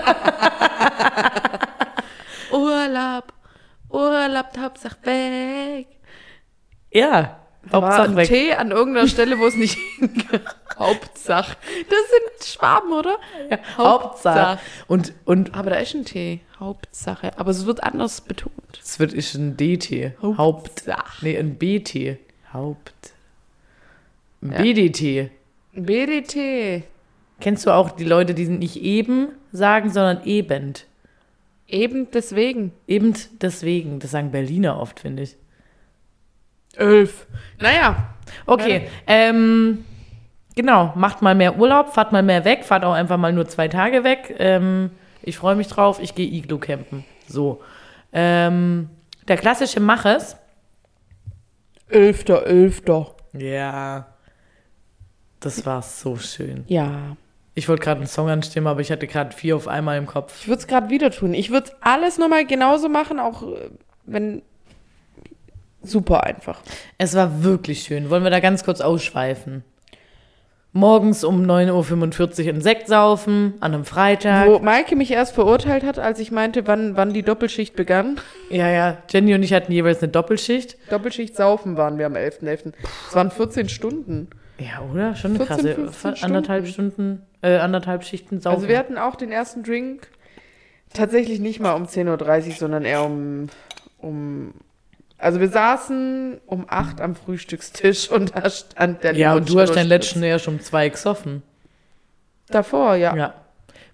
Urlaub, Urlaub, Hauptsache weg. Ja. Da war Hauptsache ein weg. T an irgendeiner Stelle, wo es nicht hingehört. Hauptsache. Das sind Schwaben, oder? Ja, Hauptsache. Und, und Aber da ist ein T. Hauptsache. Aber es wird anders betont. es wird ist ein D T. Hauptsache. Haupt. Nee, ein B T. Haupt. Ein Ja. B D T. B D T. Kennst du auch die Leute, die nicht eben sagen, sondern eben? Eben deswegen. Eben deswegen. Das sagen Berliner oft, finde ich. Elf. Naja. Okay, ähm, genau, macht mal mehr Urlaub, fahrt mal mehr weg, fahrt auch einfach mal nur zwei Tage weg. Ähm, ich freue mich drauf, ich gehe Iglu campen. So. Ähm, der klassische Mach es. Elfter, Elfter. Ja. Das war so schön. Ja. Ich wollte gerade einen Song anstimmen, aber ich hatte gerade vier auf einmal im Kopf. Ich würde es gerade wieder tun. Ich würde alles nochmal genauso machen, auch äh, wenn. Super einfach. Es war wirklich schön. Wollen wir da ganz kurz ausschweifen? Morgens um neun Uhr fünfundvierzig in Sekt saufen, an einem Freitag. Wo Maike mich erst verurteilt hat, als ich meinte, wann, wann die Doppelschicht begann. Ja, ja, Jenny und ich hatten jeweils eine Doppelschicht. Doppelschicht saufen waren wir am elften elften Es waren vierzehn Stunden. Ja, oder? Schon eine vierzehn, krasse. fünfzehn Anderthalb Stunden, äh, anderthalb Schichten saufen. Also wir hatten auch den ersten Drink tatsächlich nicht mal um zehn Uhr dreißig, sondern eher um, um also wir saßen um acht am Frühstückstisch und da stand der ja, und du hast deinen Limoncello-Spritz. letzten ja schon um zwei gesoffen. Davor, ja. Ja.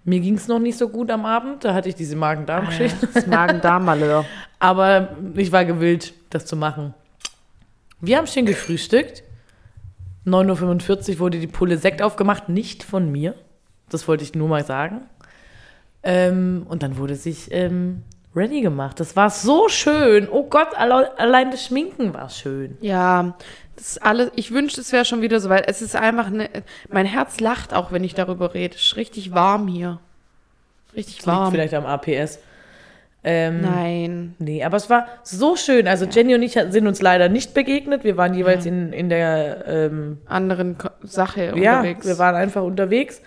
Mir ging es noch nicht so gut am Abend. Da hatte ich diese Magen-Darm-Geschichte. Das Magen-Darm-Malheur. Aber ich war gewillt, das zu machen. Wir haben schön gefrühstückt. neun Uhr fünfundvierzig wurde die Pulle Sekt aufgemacht. Nicht von mir. Das wollte ich nur mal sagen. Ähm, und dann wurde sich ähm, ready gemacht. Das war so schön. Oh Gott, alle, allein das Schminken war schön. Ja, das ist alles. Ich wünschte, es wäre schon wieder so, weil es ist einfach eine. Mein Herz lacht auch, wenn ich darüber rede. Es ist richtig warm hier. Richtig Das warm. liegt vielleicht am A P S. Ähm, Nein. Nee, aber es war so schön. Also Jenny und ich sind uns leider nicht begegnet. Wir waren jeweils ja. in, in der ähm, anderen Ko- Sache ja, unterwegs. Wir waren einfach unterwegs.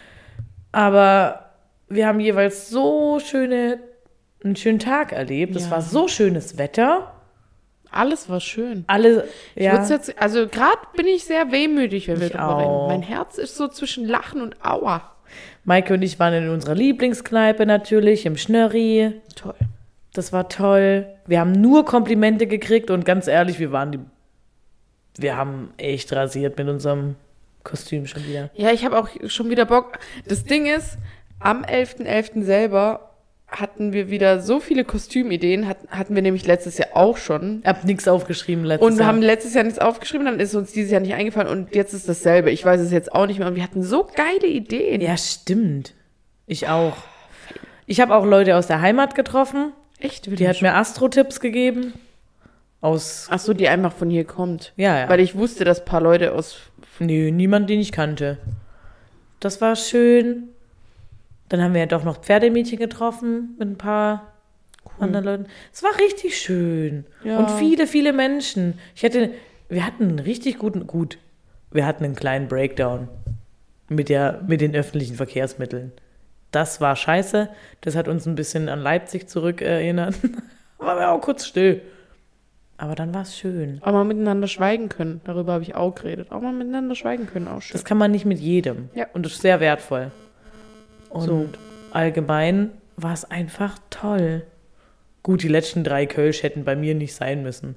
Aber wir haben jeweils so schöne, einen schönen Tag erlebt. Es Ja. war so schönes Wetter. Alles war schön. Alle, Ich ja. würd's jetzt, also gerade bin ich sehr wehmütig, wenn wir Ich drüber reden. auch. Mein Herz ist so zwischen Lachen und Aua. Maike und ich waren in unserer Lieblingskneipe natürlich, im Schnörri. Toll. Das war toll. Wir haben nur Komplimente gekriegt und ganz ehrlich, wir waren die, wir haben echt rasiert mit unserem Kostüm schon wieder. Ja, ich habe auch schon wieder Bock. Das Ding ist, am elften elften selber hatten wir wieder so viele Kostümideen, hat, hatten wir nämlich letztes Jahr auch schon. Ich hab nichts aufgeschrieben letztes Und wir Jahr. haben letztes Jahr nichts aufgeschrieben, dann ist uns dieses Jahr nicht eingefallen und jetzt ist dasselbe. Ich weiß es jetzt auch nicht mehr und wir hatten so geile Ideen. Ja, stimmt. Ich auch. Ich habe auch Leute aus der Heimat getroffen. Echt? Die hat mir Astro-Tipps gegeben. Aus, Ach so, die einfach von hier kommt. ja, ja. Weil ich wusste, dass ein paar Leute aus... Nö, niemand, den ich kannte. Das war schön. Dann haben wir ja doch noch Pferdemädchen getroffen mit ein paar anderen Leuten. Es war richtig schön. Ja. Und viele, viele Menschen. Ich hatte, wir hatten einen richtig guten, gut, wir hatten einen kleinen Breakdown mit, der, mit den öffentlichen Verkehrsmitteln. Das war scheiße. Das hat uns ein bisschen an Leipzig zurückerinnert. War wir auch kurz still. Aber dann war es schön. Auch mal miteinander schweigen können. Darüber habe ich auch geredet. Auch mal miteinander schweigen können, auch schön. Das kann man nicht mit jedem. Ja. Und das ist sehr wertvoll. Und So. allgemein war es einfach toll. Gut, die letzten drei Kölsch hätten bei mir nicht sein müssen.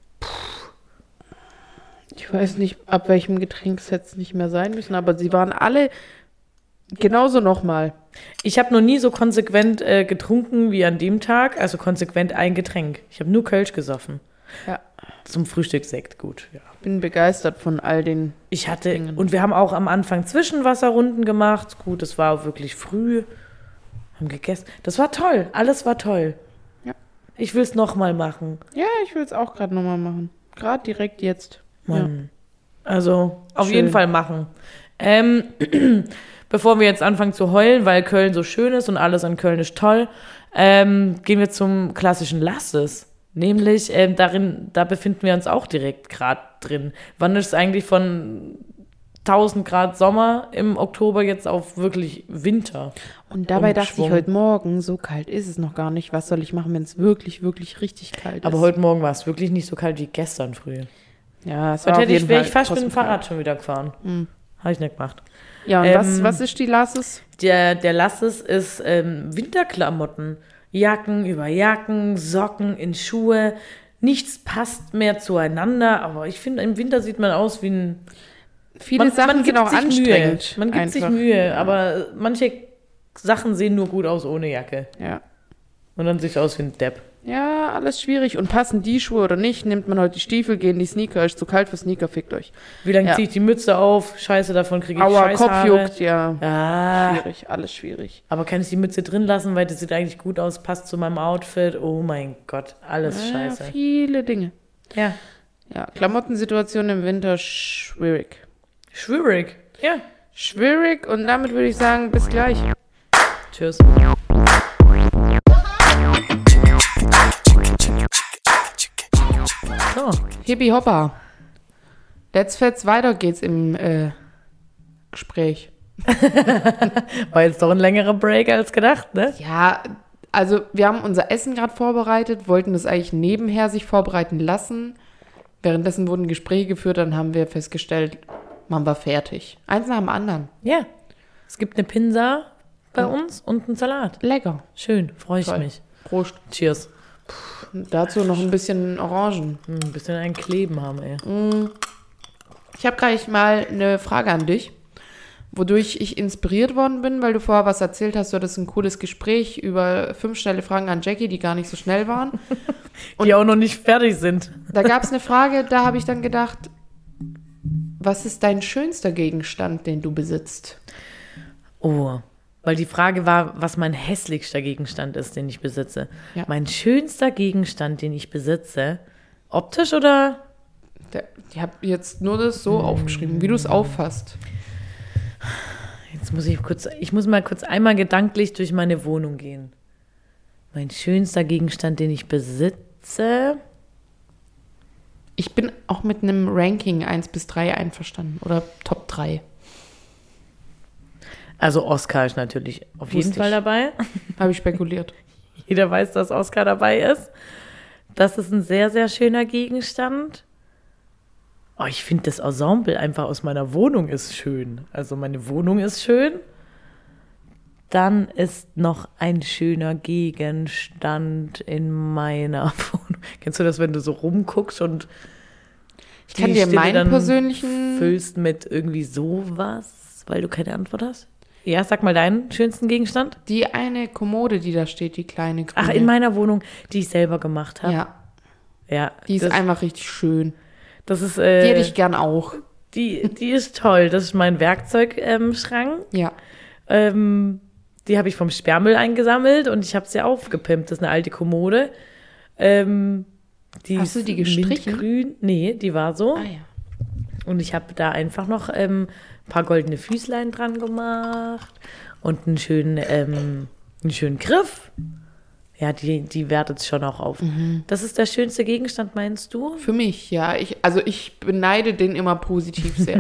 Ich weiß nicht, ab welchem Getränk es jetzt nicht mehr sein müssen, aber sie waren alle genauso nochmal. Ich habe noch nie so konsequent äh, getrunken wie an dem Tag. Also konsequent ein Getränk. Ich habe nur Kölsch gesoffen. Ja. Zum Frühstück Sekt, gut. Ja. Bin begeistert von all den. Ich hatte, Dingen. und wir haben auch am Anfang Zwischenwasserrunden gemacht. Gut, es war auch wirklich früh. Haben gegessen. Das war toll. Alles war toll. Ja. Ich will es nochmal machen. Ja, ich will es auch gerade nochmal machen. Gerade direkt jetzt. Mann. Also, auf Schön. jeden Fall machen. Ähm, bevor wir jetzt anfangen zu heulen, weil Köln so schön ist und alles an Köln ist toll, ähm, gehen wir zum klassischen Lasses. Nämlich, ähm, darin, da befinden wir uns auch direkt gerade drin. Wann ist es eigentlich von tausend Grad Sommer im Oktober jetzt auf wirklich Winter? Und dabei dachte ich Umschwung. heute Morgen, so kalt ist es noch gar nicht. Was soll ich machen, wenn es wirklich, wirklich richtig kalt Aber ist? heute Morgen war es wirklich nicht so kalt wie gestern früh. Ja, es war Heute auf hätte jeden ich, wäre Fall ich fast mit dem trotzdem Fahrrad kalt. schon wieder gefahren. Mhm. Habe ich nicht gemacht. Ja, und Ähm, was, was ist die Lasses? Der, der Lasses ist ähm, Winterklamotten. Jacken über Jacken, Socken in Schuhe. Nichts passt mehr zueinander. Aber ich finde, im Winter sieht man aus wie ein... Viele Sachen sind gibt auch sich anstrengend. Mühe. Man gibt sich einfach. Mühe, aber manche Sachen sehen nur gut aus ohne Jacke. Ja. Und dann sieht es aus wie ein Depp. Ja, alles schwierig. Und passen die Schuhe oder nicht? Nimmt man heute die Stiefel, gehen die Sneaker, ist zu kalt für Sneaker, fickt euch. Wie lange Ja. ziehe ich die Mütze auf? Scheiße, davon kriege ich Aua, Scheißhaare. Kopf juckt, ja. Ah, Schwierig, alles schwierig. aber kann ich die Mütze drin lassen, weil das sieht eigentlich gut aus, passt zu meinem Outfit. Oh mein Gott, alles Ja, scheiße. viele Dinge. Ja, Ja, Klamottensituation im Winter schwierig. schwierig. Ja. Schwierig und damit würde ich sagen, bis gleich. Tschüss. So, Hippie Hopper. Let's Fets, weiter geht's im äh, Gespräch. war jetzt doch ein längerer Break als gedacht, ne? Ja, also wir haben unser Essen gerade vorbereitet, wollten das eigentlich nebenher sich vorbereiten lassen. Währenddessen wurden Gespräche geführt, dann haben wir festgestellt, man war fertig. Eins nach dem anderen. Ja. Es gibt eine Pinsa bei uns und einen Salat. Lecker. Schön, freue ich Toll. mich. Prost. Cheers. Dazu noch ein bisschen Orangen. Hm, ein bisschen ein Kleben haben, ey. Ich habe gleich mal eine Frage an dich. wodurch ich inspiriert worden bin, weil du vorher was erzählt hast, du hattest ein cooles Gespräch über fünf schnelle Fragen an Jackie, die gar nicht so schnell waren. Und die auch noch nicht fertig sind. Da gab es eine Frage, da habe ich dann gedacht, was ist dein schönster Gegenstand, den du besitzt? Oh, weil die Frage war, was mein hässlichster Gegenstand ist, den ich besitze. Ja. Mein schönster Gegenstand, den ich besitze, optisch oder? Der, ich habe jetzt nur das so aufgeschrieben, wie du es auffasst. Jetzt muss ich kurz, ich muss mal kurz einmal gedanklich durch meine Wohnung gehen. Mein schönster Gegenstand, den ich besitze. Ich bin auch mit einem Ranking eins bis drei einverstanden oder Top drei. Also Oscar ist natürlich auf jeden Wusste Fall ich. dabei. Habe ich spekuliert. Jeder weiß, dass Oscar dabei ist. Das ist ein sehr, sehr schöner Gegenstand. Oh, ich finde das Ensemble einfach aus meiner Wohnung ist schön. Also meine Wohnung ist schön. Dann ist noch ein schöner Gegenstand in meiner Wohnung. Kennst du das, wenn du so rumguckst und Ich kann die dir Stille meinen dann persönlichen... füllst mit irgendwie sowas, weil du keine Antwort hast? Ja, sag mal deinen schönsten Gegenstand. Die eine Kommode, die da steht, die kleine grüne. Ach, in meiner Wohnung, die ich selber gemacht habe. Ja, Ja, die ist das, einfach richtig schön. das ist, äh, Die hätte ich gern auch. die, die ist toll. Das ist mein Werkzeugschrank. Ja. Ähm, die habe ich vom Sperrmüll eingesammelt und ich habe sie aufgepimpt. Das ist eine alte Kommode. Ähm, die Hast du ist die gestrichen? mintgrün. Nee, die war so. Ah ja. Und ich habe da einfach noch ähm, ein paar goldene Füßlein dran gemacht und einen schönen, ähm, einen schönen Griff. Ja, die, die wertet es schon auch auf. Mhm. Das ist der schönste Gegenstand, meinst du? Für mich, ja. Ich, also ich beneide den immer positiv sehr.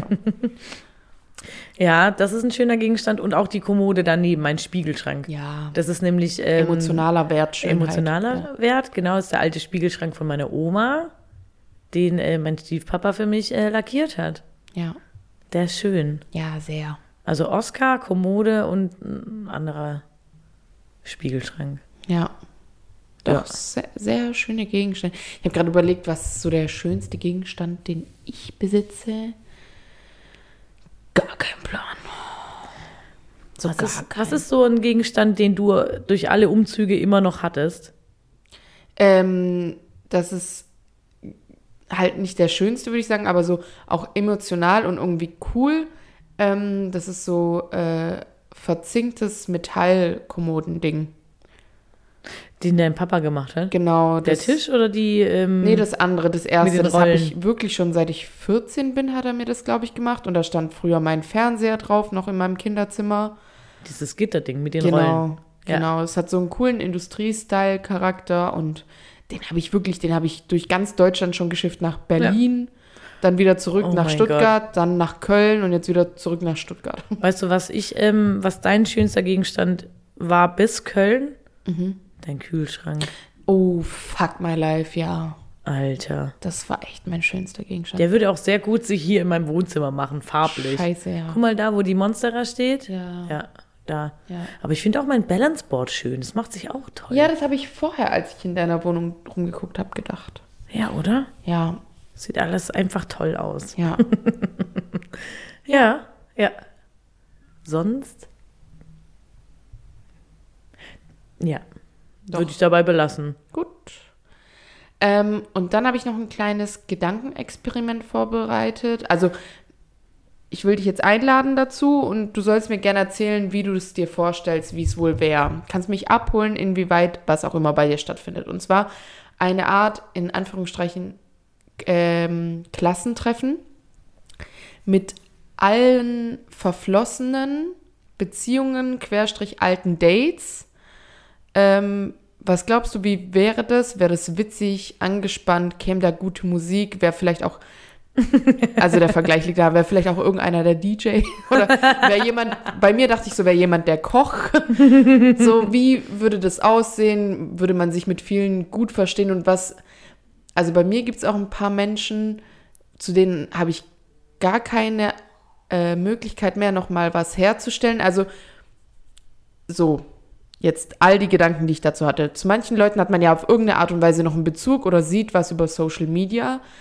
Ja, das ist ein schöner Gegenstand und auch die Kommode daneben, mein Spiegelschrank. Ja. Das ist nämlich ähm, Emotionaler Wert, Schönheit. emotionaler Wert. Genau, ist der alte Spiegelschrank von meiner Oma, den äh, mein Stiefpapa für mich äh, lackiert hat. Ja. Der ist schön. Ja, sehr. Also Oscar, Kommode und ein anderer Spiegelschrank. Ja. Doch, Ja. sehr, sehr schöne Gegenstände. Ich habe gerade überlegt, was ist so der schönste Gegenstand, den ich besitze? Gar kein Plan. So Was gar ist, kein. was ist so ein Gegenstand, den du durch alle Umzüge immer noch hattest? Ähm, das ist halt nicht der schönste, würde ich sagen, aber so auch emotional und irgendwie cool. Ähm, das ist so äh, verzinktes Metallkommodending. Den dein Papa gemacht hat? Genau. Der das, Tisch oder die... Ähm, Nee, das andere, das erste, den das habe Rollen. ich wirklich schon seit ich vierzehn bin, hat er mir das, glaube ich, gemacht. Und da stand früher mein Fernseher drauf, noch in meinem Kinderzimmer. Dieses Gitterding mit den Genau, Rollen. Ja. genau. Es hat so einen coolen Industrie-Style-Charakter und den habe ich wirklich, den habe ich durch ganz Deutschland schon geschifft nach Berlin, dann wieder zurück Oh nach mein Stuttgart, dann nach Köln und jetzt wieder zurück nach Stuttgart. Weißt du, was ich, ähm, was dein schönster Gegenstand war bis Köln? Mhm. Dein Kühlschrank. Oh, fuck my life, ja. Alter. Das war echt mein schönster Gegenstand. Der würde auch sehr gut sich hier in meinem Wohnzimmer machen, farblich. Scheiße, ja. Guck mal da, wo die Monstera steht. Ja. Ja, da. Ja. Aber ich finde auch mein Balanceboard schön. Das macht sich auch toll. Ja, das habe ich vorher, als ich in deiner Wohnung rumgeguckt habe, gedacht. Ja, oder? Ja, Sieht alles einfach toll aus. ja. Ja, ja. Sonst? Ja. Doch. Würde ich dabei belassen. Gut. Ähm, und dann habe ich noch ein kleines Gedankenexperiment vorbereitet. Also, ich will dich jetzt einladen dazu und du sollst mir gerne erzählen, wie du es dir vorstellst, wie es wohl wäre. Kannst mich abholen, inwieweit was auch immer bei dir stattfindet. Und zwar eine Art, in Anführungsstrichen, ähm, Klassentreffen mit allen verflossenen Beziehungen, Querstrich alten Dates. Ähm, was glaubst du, wie wäre das? Wäre das witzig, angespannt, käme da gute Musik, wäre vielleicht auch, also der Vergleich liegt da, wäre vielleicht auch irgendeiner der D J oder wäre jemand, bei mir dachte ich so, wäre jemand der Koch. So, wie würde das aussehen? Würde man sich mit vielen gut verstehen und was, also bei mir gibt es auch ein paar Menschen, zu denen habe ich gar keine äh, Möglichkeit mehr, nochmal was herzustellen. Also so, jetzt all die Gedanken, die ich dazu hatte. Zu manchen Leuten hat man ja auf irgendeine Art und Weise noch einen Bezug oder sieht was über Social Media.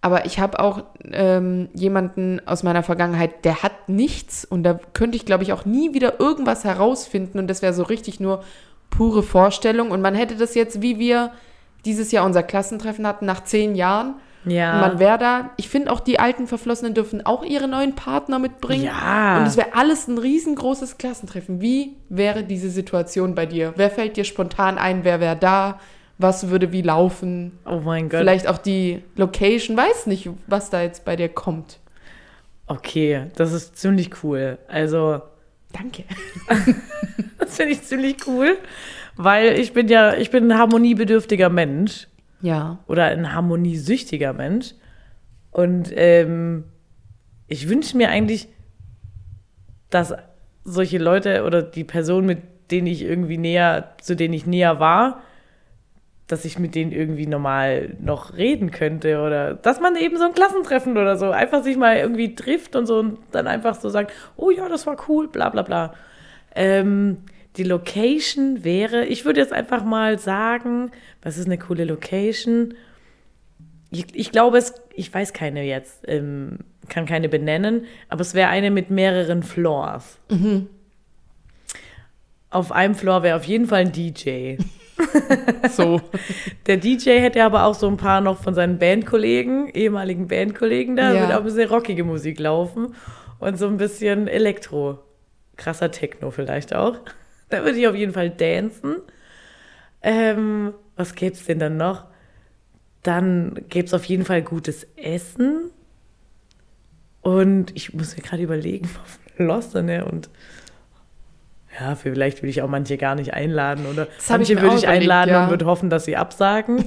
Aber ich habe auch ähm, jemanden aus meiner Vergangenheit, der hat nichts und da könnte ich, glaube ich, auch nie wieder irgendwas herausfinden und das wäre so richtig nur pure Vorstellung und man hätte das jetzt, wie wir dieses Jahr unser Klassentreffen hatten, nach zehn Jahren. Ja. Und man wäre da, ich finde auch die alten Verflossenen dürfen auch ihre neuen Partner mitbringen. Ja. Und es wäre alles ein riesengroßes Klassentreffen. Wie wäre diese Situation bei dir? Wer fällt dir spontan ein? Wer wäre da? Was würde wie laufen? Oh mein Gott. Vielleicht auch die Location. Weiß nicht, was da jetzt bei dir kommt. Okay, das ist ziemlich cool. Also, Danke. das finde ich ziemlich cool, weil ich bin ja, ich bin ein harmoniebedürftiger Mensch. Ja. Oder ein harmoniesüchtiger Mensch. Und ähm, ich wünsche mir eigentlich, dass solche Leute oder die Personen, mit denen ich irgendwie näher, zu denen ich näher war, dass ich mit denen irgendwie normal noch reden könnte oder dass man eben so ein Klassentreffen oder so einfach sich mal irgendwie trifft und so und dann einfach so sagt, oh ja, das war cool, bla bla bla. Ähm, die Location wäre, ich würde jetzt einfach mal sagen, was ist eine coole Location? Ich, ich glaube, es, ich weiß keine jetzt, ähm, kann keine benennen, aber es wäre eine mit mehreren Floors. Mhm. Auf einem Floor wäre auf jeden Fall ein D J. So. Der D J hätte aber auch so ein paar noch von seinen Bandkollegen, ehemaligen Bandkollegen da, Ja. würde auch ein bisschen rockige Musik laufen und so ein bisschen Elektro. Krasser Techno vielleicht auch. Da würde ich auf jeden Fall dancen. Ähm, was gäbe es denn dann noch? Dann gäbe es auf jeden Fall gutes Essen. Und ich muss mir gerade überlegen, Verflossene und ja, vielleicht würde ich auch manche gar nicht einladen oder Das hab ich manche mir würde auch ich überlegt, einladen ja. und würde hoffen, dass sie absagen.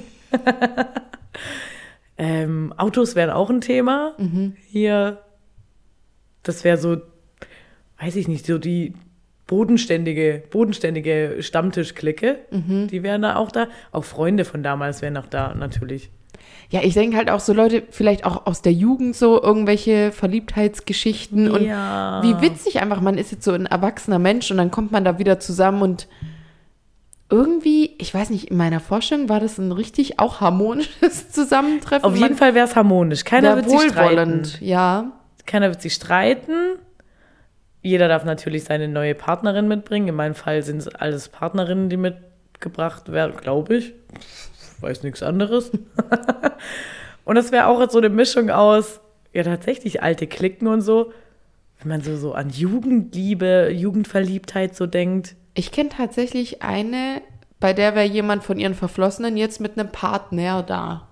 ähm, Autos wären auch ein Thema. Mhm. Hier, das wäre so, weiß ich nicht, so die bodenständige, bodenständige Stammtischklicke, Mhm. die wären da auch da. Auch Freunde von damals wären auch da, natürlich. Ja, ich denke halt auch so Leute, vielleicht auch aus der Jugend so, irgendwelche Verliebtheitsgeschichten und Ja. wie witzig einfach, man ist jetzt so ein erwachsener Mensch und dann kommt man da wieder zusammen und irgendwie, ich weiß nicht, in meiner Vorstellung war das ein richtig auch harmonisches Zusammentreffen. Auf jeden Man- Fall wäre es harmonisch. Keiner sehr wird sich streiten. wohlwollend, ja. Keiner wird sich streiten. Jeder darf natürlich seine neue Partnerin mitbringen. In meinem Fall sind es alles Partnerinnen, die mitgebracht werden, glaube ich. Weiß nichts anderes. Und das wäre auch jetzt so eine Mischung aus, ja, tatsächlich alte Klicken und so. Wenn man so, so an Jugendliebe, Jugendverliebtheit so denkt. Ich kenne tatsächlich eine, bei der wäre jemand von ihren Verflossenen jetzt mit einem Partner da.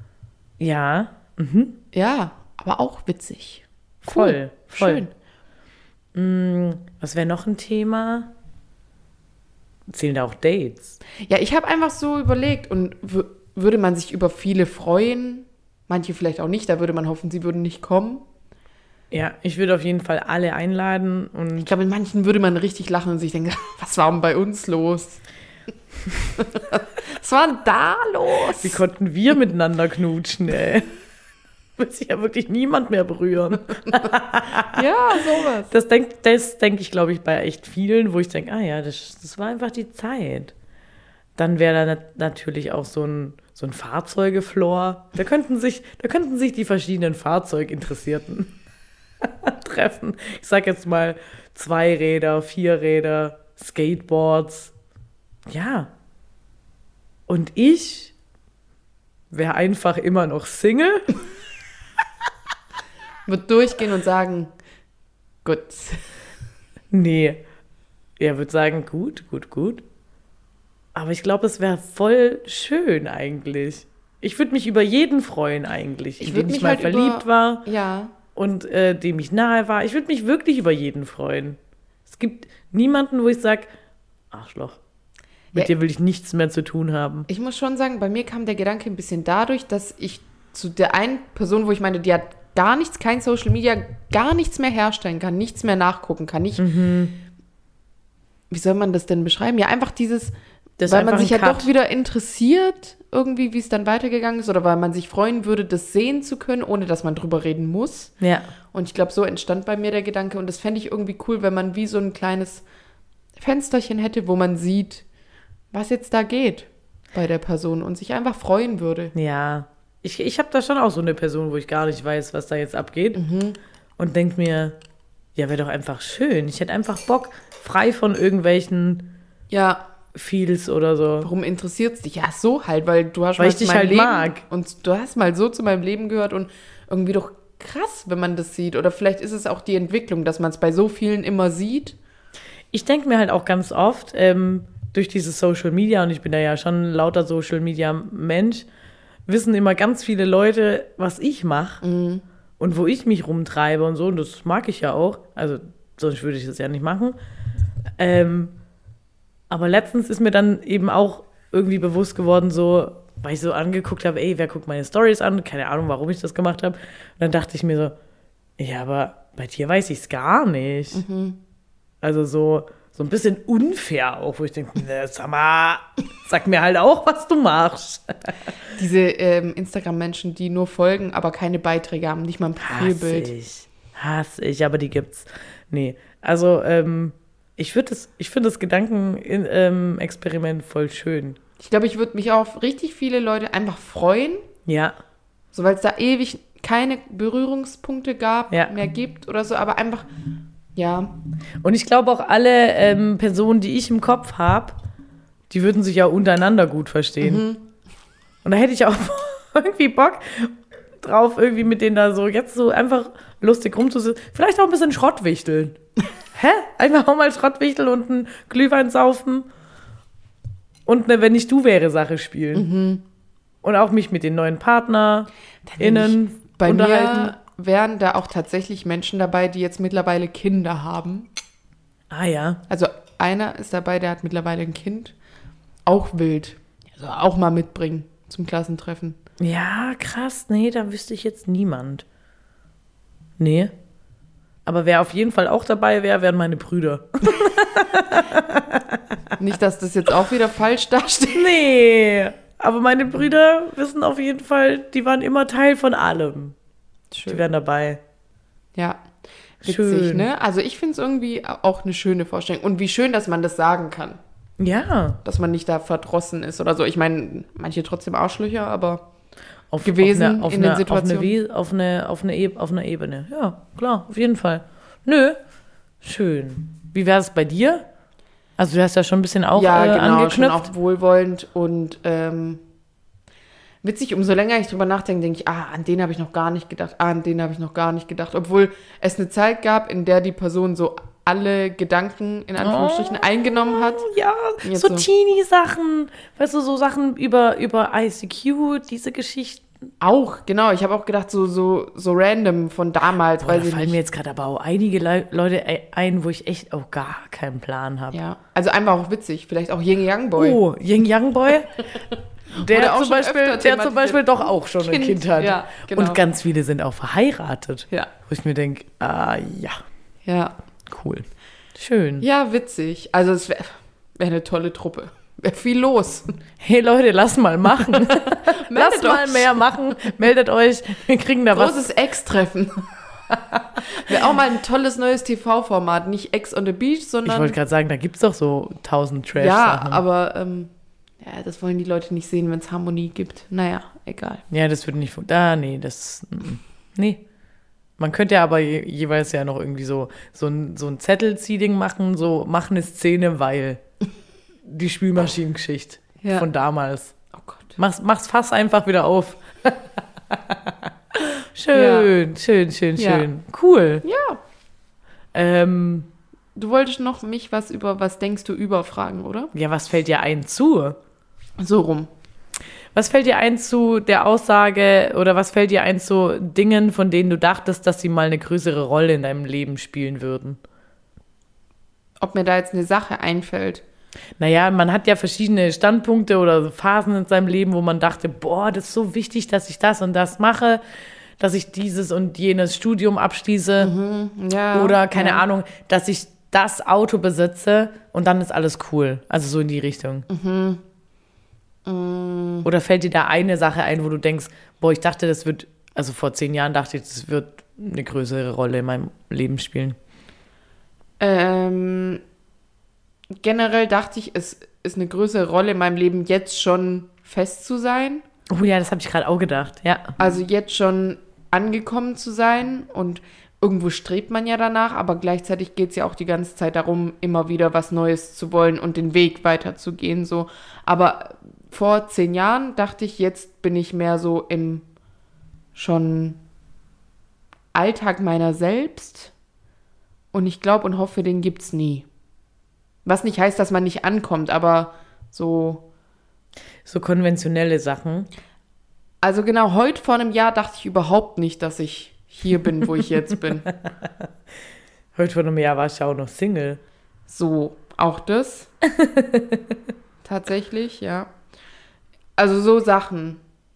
Ja, mhm. Ja, aber auch witzig. Voll, voll. Schön. Mm, was wäre noch ein Thema? Zählen da auch Dates? Ja, ich habe einfach so überlegt und w- würde man sich über viele freuen, manche vielleicht auch nicht, da würde man hoffen, sie würden nicht kommen. Ja, ich würde auf jeden Fall alle einladen Ich und glaube, in manchen würde man richtig lachen und sich denken, was war denn bei uns los? Was war denn da los? wie konnten wir miteinander knutschen, ey? Will sich ja wirklich niemand mehr berühren. Ja, sowas. Das denke das denk ich, glaube ich, bei echt vielen, wo ich denke, ah ja, das, das war einfach die Zeit. Dann wäre da nat- natürlich auch so ein, so ein Fahrzeugefloor. Da könnten sich, da könnten sich die verschiedenen Fahrzeuginteressierten treffen. Ich sag jetzt mal Zweiräder, Vierräder, Skateboards. Ja. Und ich wäre einfach immer noch Single. Wird durchgehen und sagen, gut. Nee. Er würde sagen, gut, gut, gut. Aber ich glaube, es wäre voll schön eigentlich. Ich würde mich über jeden freuen eigentlich, Ich in würd dem ich mich mal halt verliebt über- war Ja. und äh, dem ich nahe war. Ich würde mich wirklich über jeden freuen. Es gibt niemanden, wo ich sage, Arschloch, mit Ja. dir will ich nichts mehr zu tun haben. Ich muss schon sagen, bei mir kam der Gedanke ein bisschen dadurch, dass ich zu der einen Person, wo ich meine, die hat gar nichts, kein Social Media, gar nichts mehr herstellen kann, nichts mehr nachgucken kann, nicht. Mhm. Wie soll man das denn beschreiben? Ja, einfach dieses, Das ist weil man einfach sich ja ein Cut. doch wieder interessiert, irgendwie, wie es dann weitergegangen ist, oder weil man sich freuen würde, das sehen zu können, ohne dass man drüber reden muss. Ja. Und ich glaube, so entstand bei mir der Gedanke, und das fände ich irgendwie cool, wenn man wie so ein kleines Fensterchen hätte, wo man sieht, was jetzt da geht bei der Person und sich einfach freuen würde. Ja. ich, ich habe da schon auch so eine Person, wo ich gar nicht weiß, was da jetzt abgeht. Mhm. Und denk mir, ja, wäre doch einfach schön. Ich hätte einfach Bock, frei von irgendwelchen Ja, Feels oder so. warum interessiert es dich? Ja, so halt, weil du hast Weil mal ich zu dich meinem halt Leben mag. und du hast mal so zu meinem Leben gehört und irgendwie doch krass, wenn man das sieht. Oder vielleicht ist es auch die Entwicklung, dass man es bei so vielen immer sieht. Ich denke mir halt auch ganz oft, ähm, durch dieses Social Media, und ich bin da ja schon ein lauter Social Media Mensch, wissen immer ganz viele Leute, was ich mache Mhm. und wo ich mich rumtreibe und so. Und das mag ich ja auch. Also, sonst würde ich das ja nicht machen. Ähm, aber letztens ist mir dann eben auch irgendwie bewusst geworden, so, weil ich so angeguckt habe, ey, wer guckt meine Stories an? Keine Ahnung, warum ich das gemacht habe. Und dann dachte ich mir so, ja, aber bei dir weiß ich es gar nicht. Mhm. Also so, so ein bisschen unfair auch, wo ich denke, ne, sag mal, sag mir halt auch, was du machst. Diese ähm, Instagram-Menschen, die nur folgen, aber keine Beiträge haben, nicht mal ein Hasse Profilbild. ich. Hasse ich, aber die gibt's. Nee, also ähm, ich würde das, ich finde das Gedankenexperiment voll schön. Ich glaube, ich würde mich auf richtig viele Leute einfach freuen, Ja, so weil es da ewig keine Berührungspunkte gab, Ja. mehr gibt oder so, aber einfach, ja, und ich glaube auch alle ähm, Personen, die ich im Kopf habe, die würden sich ja untereinander gut verstehen. Mhm. Und da hätte ich auch irgendwie Bock drauf, irgendwie mit denen da so jetzt so einfach lustig rumzusitzen. Vielleicht auch ein bisschen Schrottwichteln. Hä? Einfach auch mal Schrottwichteln und einen Glühwein saufen und eine Wenn-ich-du-wäre-Sache spielen. Mhm. Und auch mich mit den neuen PartnerInnen bei unterhalten. mir wären da auch tatsächlich Menschen dabei, die jetzt mittlerweile Kinder haben. Ah ja. Also einer ist dabei, der hat mittlerweile ein Kind. Auch wild. Also auch mal mitbringen zum Klassentreffen. Ja, krass. Nee, da wüsste ich jetzt niemand. Nee. Aber wer auf jeden Fall auch dabei wäre, wären meine Brüder. Nicht, dass das jetzt auch wieder falsch dasteht. Nee. Aber meine Brüder wissen auf jeden Fall, die waren immer Teil von allem. Schön. Die wären dabei. Ja, witzig, Schön. ne? Also ich finde es irgendwie auch eine schöne Vorstellung. Und wie schön, dass man das sagen kann. Ja. Dass man nicht da verdrossen ist oder so. Ich meine, manche trotzdem Arschlöcher, aber Auf, gewesen auf eine, auf in eine, den Situationen. Auf eine, auf, eine, auf, eine Eb- auf einer Ebene. Ja, klar, auf jeden Fall. Nö. Schön. Wie wäre es bei dir? Also du hast ja schon ein bisschen auch ja, äh, genau, schon angeknüpft. auch wohlwollend und ähm, witzig, umso länger ich drüber nachdenke, denke ich, ah, an den habe ich noch gar nicht gedacht, ah, an den habe ich noch gar nicht gedacht. Obwohl es eine Zeit gab, in der die Person so alle Gedanken in Anführungsstrichen Oh. eingenommen hat. Ja, Jetzt so so. Teenie-Sachen. Weißt du, so Sachen über, über I C Q, diese Geschichten. Auch, genau. Ich habe auch gedacht, so, so, so random von damals, Boah, da weiß ich fallen nicht. mir jetzt gerade aber auch einige Le Leute ein, wo ich echt auch gar keinen Plan habe. Ja, also einfach auch witzig. Vielleicht auch Yin Yang Boy. Oh, Yin Yang Boy. Der, Oder auch zum schon Beispiel, öfter der zum thematisiert. Beispiel doch auch schon ein Kind, Kind hat. ja, genau. Und ganz viele sind auch verheiratet. Ja, Wo ich mir denke, ah ja, ja. cool. Schön. Ja, witzig. Also es wäre wär eine tolle Truppe. Wäre viel los. Hey Leute, lass mal machen. Lass Meldet mal euch. mehr machen. Meldet euch. Wir kriegen da was. Großes Ex-Treffen. Wäre auch mal ein tolles neues T V-Format. Nicht Ex on the Beach, Ich sondern... wollte gerade sagen, da gibt es doch so tausend ja, Trash-Sachen. aber ähm, ja, das wollen die Leute nicht sehen, wenn es Harmonie gibt. Naja, egal. Ja, das würde nicht funktionieren. Ah, nee, das. mm, Nee. Man könnte ja aber je, jeweils ja noch irgendwie so, so ein, so ein Zettelzieh-Ding machen, so mach eine Szene, weil die Spülmaschinengeschichte Ja. von damals. Oh Gott. Mach's, mach's Fass einfach wieder auf. Schön, schön, schön, Ja. schön. Cool. Ja. Ähm, Du wolltest noch mich was über was denkst du über fragen, oder? ja, was fällt dir ein zu? So rum. Was fällt dir ein zu der Aussage oder was fällt dir ein zu Dingen, von denen du dachtest, dass sie mal eine größere Rolle in deinem Leben spielen würden? Ob mir da jetzt eine Sache einfällt. Naja, man hat ja verschiedene Standpunkte oder so Phasen in seinem Leben, wo man dachte, boah, das ist so wichtig, dass ich das und das mache, dass ich dieses und jenes Studium abschließe Ja. oder, keine ja. Ahnung, dass ich das Auto besitze und dann ist alles cool. Also so in die Richtung. Mm. Oder fällt dir da eine Sache ein, wo du denkst, boah, ich dachte, das wird, also vor zehn Jahren dachte ich, das wird eine größere Rolle in meinem Leben spielen. Ähm, generell dachte ich, es ist eine größere Rolle in meinem Leben, jetzt schon fest zu sein. Oh ja, das habe ich gerade auch gedacht, ja. Also jetzt schon angekommen zu sein und irgendwo strebt man ja danach, aber gleichzeitig geht es ja auch die ganze Zeit darum, immer wieder was Neues zu wollen und den Weg weiterzugehen. So. Aber vor zehn Jahren dachte ich, jetzt bin ich mehr so im schon Alltag meiner selbst und ich glaube und hoffe, den gibt's nie. Was nicht heißt, dass man nicht ankommt, aber so... So konventionelle Sachen. Also genau, heute vor einem Jahr dachte ich überhaupt nicht, dass ich hier bin, wo ich jetzt bin. Heute vor einem Jahr war ich ja auch noch Single. So, auch das. Tatsächlich, ja. Also so Sachen.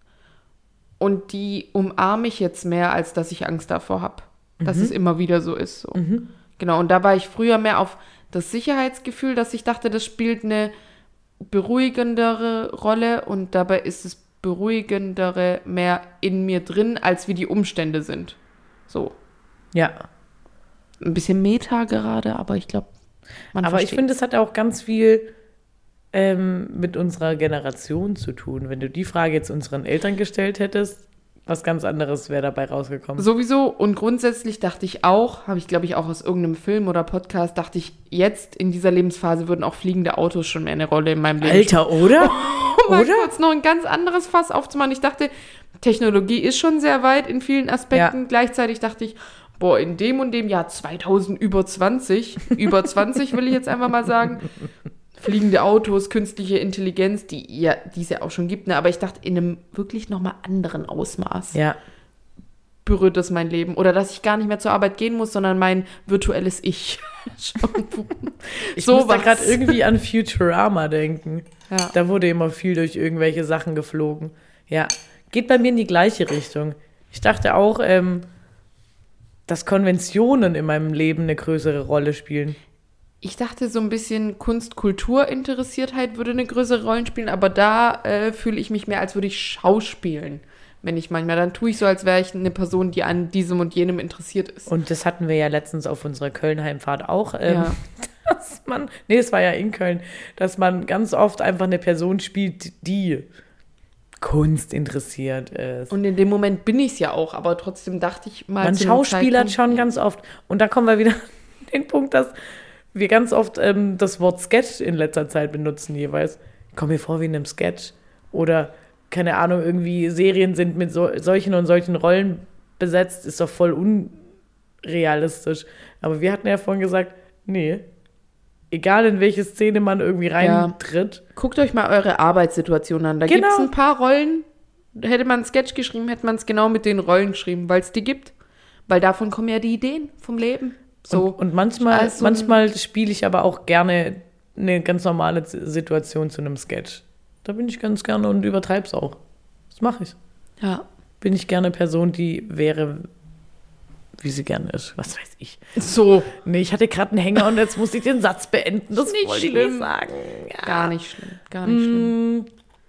Und die umarme ich jetzt mehr, als dass ich Angst davor habe. Mhm. Dass es immer wieder so ist. So. Mhm. Genau, und da war ich früher mehr auf das Sicherheitsgefühl, dass ich dachte, das spielt eine beruhigendere Rolle und dabei ist es beruhigendere mehr in mir drin, als wie die Umstände sind. So. Ja. Ein bisschen Meta gerade, aber ich glaube, man Aber versteht. ich finde, es hat auch ganz viel ähm, mit unserer Generation zu tun. Wenn du die Frage jetzt unseren Eltern gestellt hättest, was ganz anderes wäre dabei rausgekommen. Sowieso und grundsätzlich dachte ich auch, habe ich glaube ich auch aus irgendeinem Film oder Podcast, dachte ich, jetzt in dieser Lebensphase würden auch fliegende Autos schon mehr eine Rolle in meinem Leben Alter, spielen. oder? Um mal oder? kurz noch ein ganz anderes Fass aufzumachen. Ich dachte, Technologie ist schon sehr weit in vielen Aspekten. Ja. Gleichzeitig dachte ich, boah, in dem und dem Jahr zweitausend über zwanzig, über zwanzig will ich jetzt einfach mal sagen, fliegende Autos, künstliche Intelligenz, die ja, die es ja auch schon gibt, ne? Aber ich dachte, in einem wirklich nochmal anderen Ausmaß Ja. berührt das mein Leben. Oder dass ich gar nicht mehr zur Arbeit gehen muss, sondern mein virtuelles Ich. Ich so muss da was. gerade irgendwie an Futurama denken. Ja. Da wurde immer viel durch irgendwelche Sachen geflogen. Ja, geht bei mir in die gleiche Richtung. Ich dachte auch, ähm, dass Konventionen in meinem Leben eine größere Rolle spielen. Ich dachte, so ein bisschen Kunst-Kultur-Interessiertheit würde eine größere Rolle spielen, aber da äh, fühle ich mich mehr, als würde ich schauspielen. Wenn ich manchmal, dann tue ich so, als wäre ich eine Person, die an diesem und jenem interessiert ist. Und das hatten wir ja letztens auf unserer Köln-Heimfahrt auch, ähm, Ja. dass man, nee, es war ja in Köln, dass man ganz oft einfach eine Person spielt, die Kunst interessiert ist. Und in dem Moment bin ich es ja auch, aber trotzdem dachte ich mal. Man zu einem schauspielert Zeitpunkt- schon ganz oft. Und da kommen wir wieder an den Punkt, dass wir ganz oft ähm, das Wort Sketch in letzter Zeit benutzen jeweils. Ich komme mir vor wie in einem Sketch. Oder, keine Ahnung, irgendwie Serien sind mit so, solchen und solchen Rollen besetzt, ist doch voll unrealistisch. Aber wir hatten ja vorhin gesagt, nee, egal in welche Szene man irgendwie reintritt. Guckt euch mal eure Arbeitssituation an. Da Genau. gibt es ein paar Rollen. Hätte man ein Sketch geschrieben, hätte man es genau mit den Rollen geschrieben, weil es die gibt. Weil davon kommen ja die Ideen vom Leben. So. Und, und manchmal, Also- manchmal spiele ich aber auch gerne eine ganz normale Z- Situation zu einem Sketch. Da bin ich ganz gerne und übertreib's auch. Das mache ich. Ja. Bin ich gerne Person, die wäre, wie sie gerne ist. Was weiß ich. So. Nee, ich hatte gerade einen Hänger und jetzt muss ich den Satz beenden. Das Nicht wollte ich schlimm. nicht sagen. Ja. Gar nicht schlimm. Gar nicht schlimm.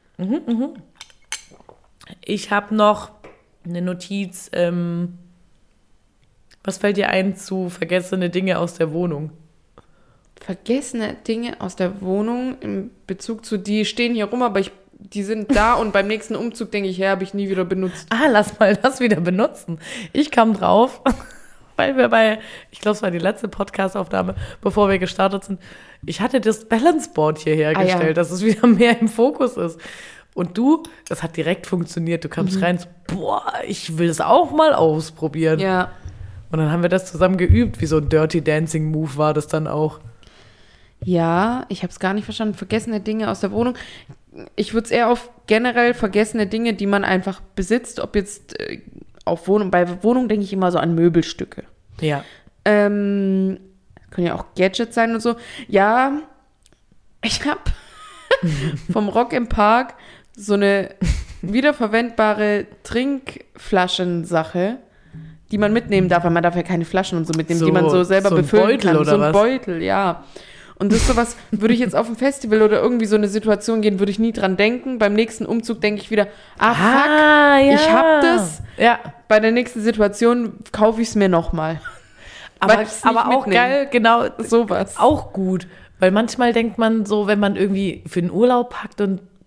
Ich habe noch eine Notiz. Ähm, was fällt dir ein zu vergessene Dinge aus der Wohnung? Vergessene Dinge aus der Wohnung im Bezug zu, die stehen hier rum, aber ich, die sind da und beim nächsten Umzug denke ich, ja, habe ich nie wieder benutzt. Ah, lass mal das wieder benutzen. Ich kam drauf, weil wir bei, ich glaube, es war die letzte Podcast-Aufnahme, bevor wir gestartet sind, ich hatte das Balanceboard hier hergestellt, Ah, ja. dass es wieder mehr im Fokus ist. Und du, das hat direkt funktioniert. Du kamst rein, so, boah, ich will es auch mal ausprobieren. Ja. Und dann haben wir das zusammen geübt, wie so ein Dirty Dancing Move war das dann auch. Ja, ich habe es gar nicht verstanden. Vergessene Dinge aus der Wohnung. Ich würde es eher auf generell vergessene Dinge, die man einfach besitzt, ob jetzt äh, auf Wohnung. Bei Wohnung denke ich immer so an Möbelstücke. Ja. Ähm, können ja auch Gadgets sein und so. Ja, ich habe vom Rock im Park so eine wiederverwendbare Trinkflaschensache, die man mitnehmen darf, weil man darf ja keine Flaschen und so mitnehmen, So- die man so selber so ein befüllen Beutel kann. oder so ein was? Beutel, ja. Und das ist sowas, würde ich jetzt auf ein Festival oder irgendwie so eine Situation gehen, würde ich nie dran denken. Beim nächsten Umzug denke ich wieder, ah, fuck, Ah, ja. ich hab das. Ja. Bei der nächsten Situation kaufe ich es mir nochmal. Aber, Weil ich's nicht aber auch mitnehmen. geil, genau, Sowas. auch gut. Weil manchmal denkt man so, wenn man irgendwie für den Urlaub packt und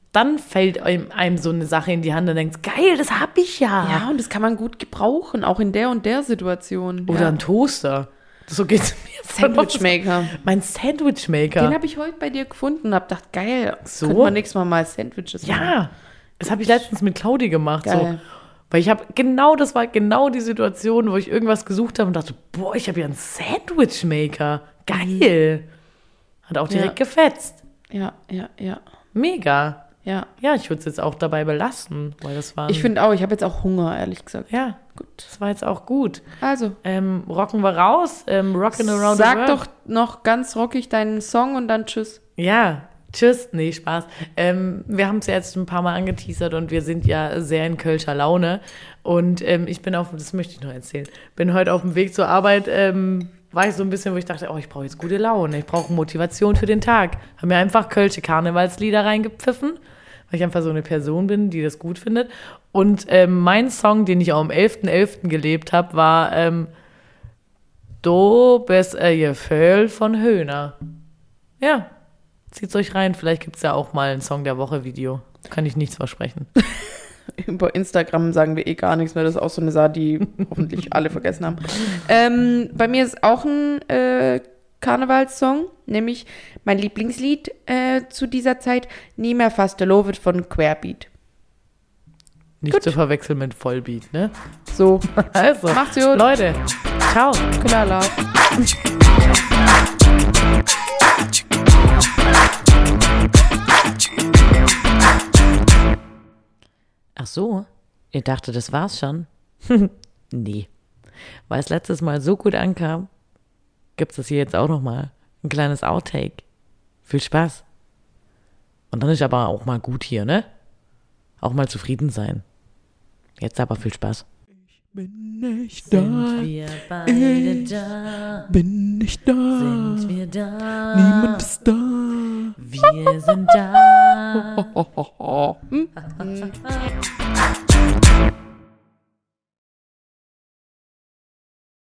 dann fällt einem, einem so eine Sache in die Hand und denkt, geil, das hab ich ja. Ja, und das kann man gut gebrauchen, auch in der und der Situation. Oder ja. ein Toaster. So geht's mir. Sandwichmaker. Mein Sandwichmaker. Den habe ich heute bei dir gefunden und habe gedacht, geil, So? könnte man nächstes Mal mal Sandwiches machen. Ja, das habe ich letztens mit Claudi gemacht. So. Geil. Weil ich habe, genau, das war genau die Situation, wo ich irgendwas gesucht habe und dachte, boah, ich habe ja einen Sandwichmaker. Geil. Hat auch direkt Ja. gefetzt. Ja, ja, ja, Mega. ja. Ja, ich würde es jetzt auch dabei belassen, weil das war. Ich finde auch, ich habe jetzt auch Hunger, ehrlich gesagt. Ja, gut. Das war jetzt auch gut. Also, Ähm, rocken wir raus. Ähm, rockin' around sag the world. doch noch ganz rockig deinen Song und dann tschüss. Ja, tschüss. Nee, Spaß. Ähm, wir haben es ja jetzt ein paar Mal angeteasert und wir sind ja sehr in Kölscher Laune. Und ähm, ich bin auf, das möchte ich noch erzählen, bin heute auf dem Weg zur Arbeit, ähm, war ich so ein bisschen, wo ich dachte, oh, ich brauche jetzt gute Laune, ich brauche Motivation für den Tag. Haben mir einfach Kölsche Karnevalslieder reingepfiffen, weil ich einfach so eine Person bin, die das gut findet. Und ähm, mein Song, den ich auch am elften elften gelebt habe, war ähm, Do bes e Gefühl von Höhner. Ja, zieht's euch rein, vielleicht gibt's ja auch mal ein Song der Woche Video. Kann ich nichts versprechen. Über Instagram sagen wir eh gar nichts mehr. Das ist auch so eine Sache, die hoffentlich alle vergessen haben. Ähm, bei mir ist auch ein äh, Karnevalssong, nämlich mein Lieblingslied äh, zu dieser Zeit, Nie mehr Fastelovit von Querbeat. Nicht Gut. zu verwechseln mit Vollbeat, ne? So, Also, Macht's gut. Leute, ciao. Klar. Ach so, ihr dachtet, das war's schon? Nee. Weil es letztes Mal so gut ankam, gibt's das hier jetzt auch nochmal. Ein kleines Outtake. Viel Spaß. Und dann ist aber auch mal gut hier, ne? Auch mal zufrieden sein. Jetzt aber viel Spaß. Bin nicht da, wir beide ich da? bin nicht da, Sind wir da? niemand ist da. Wir sind da. Ho, ho, ho, ho. Hm?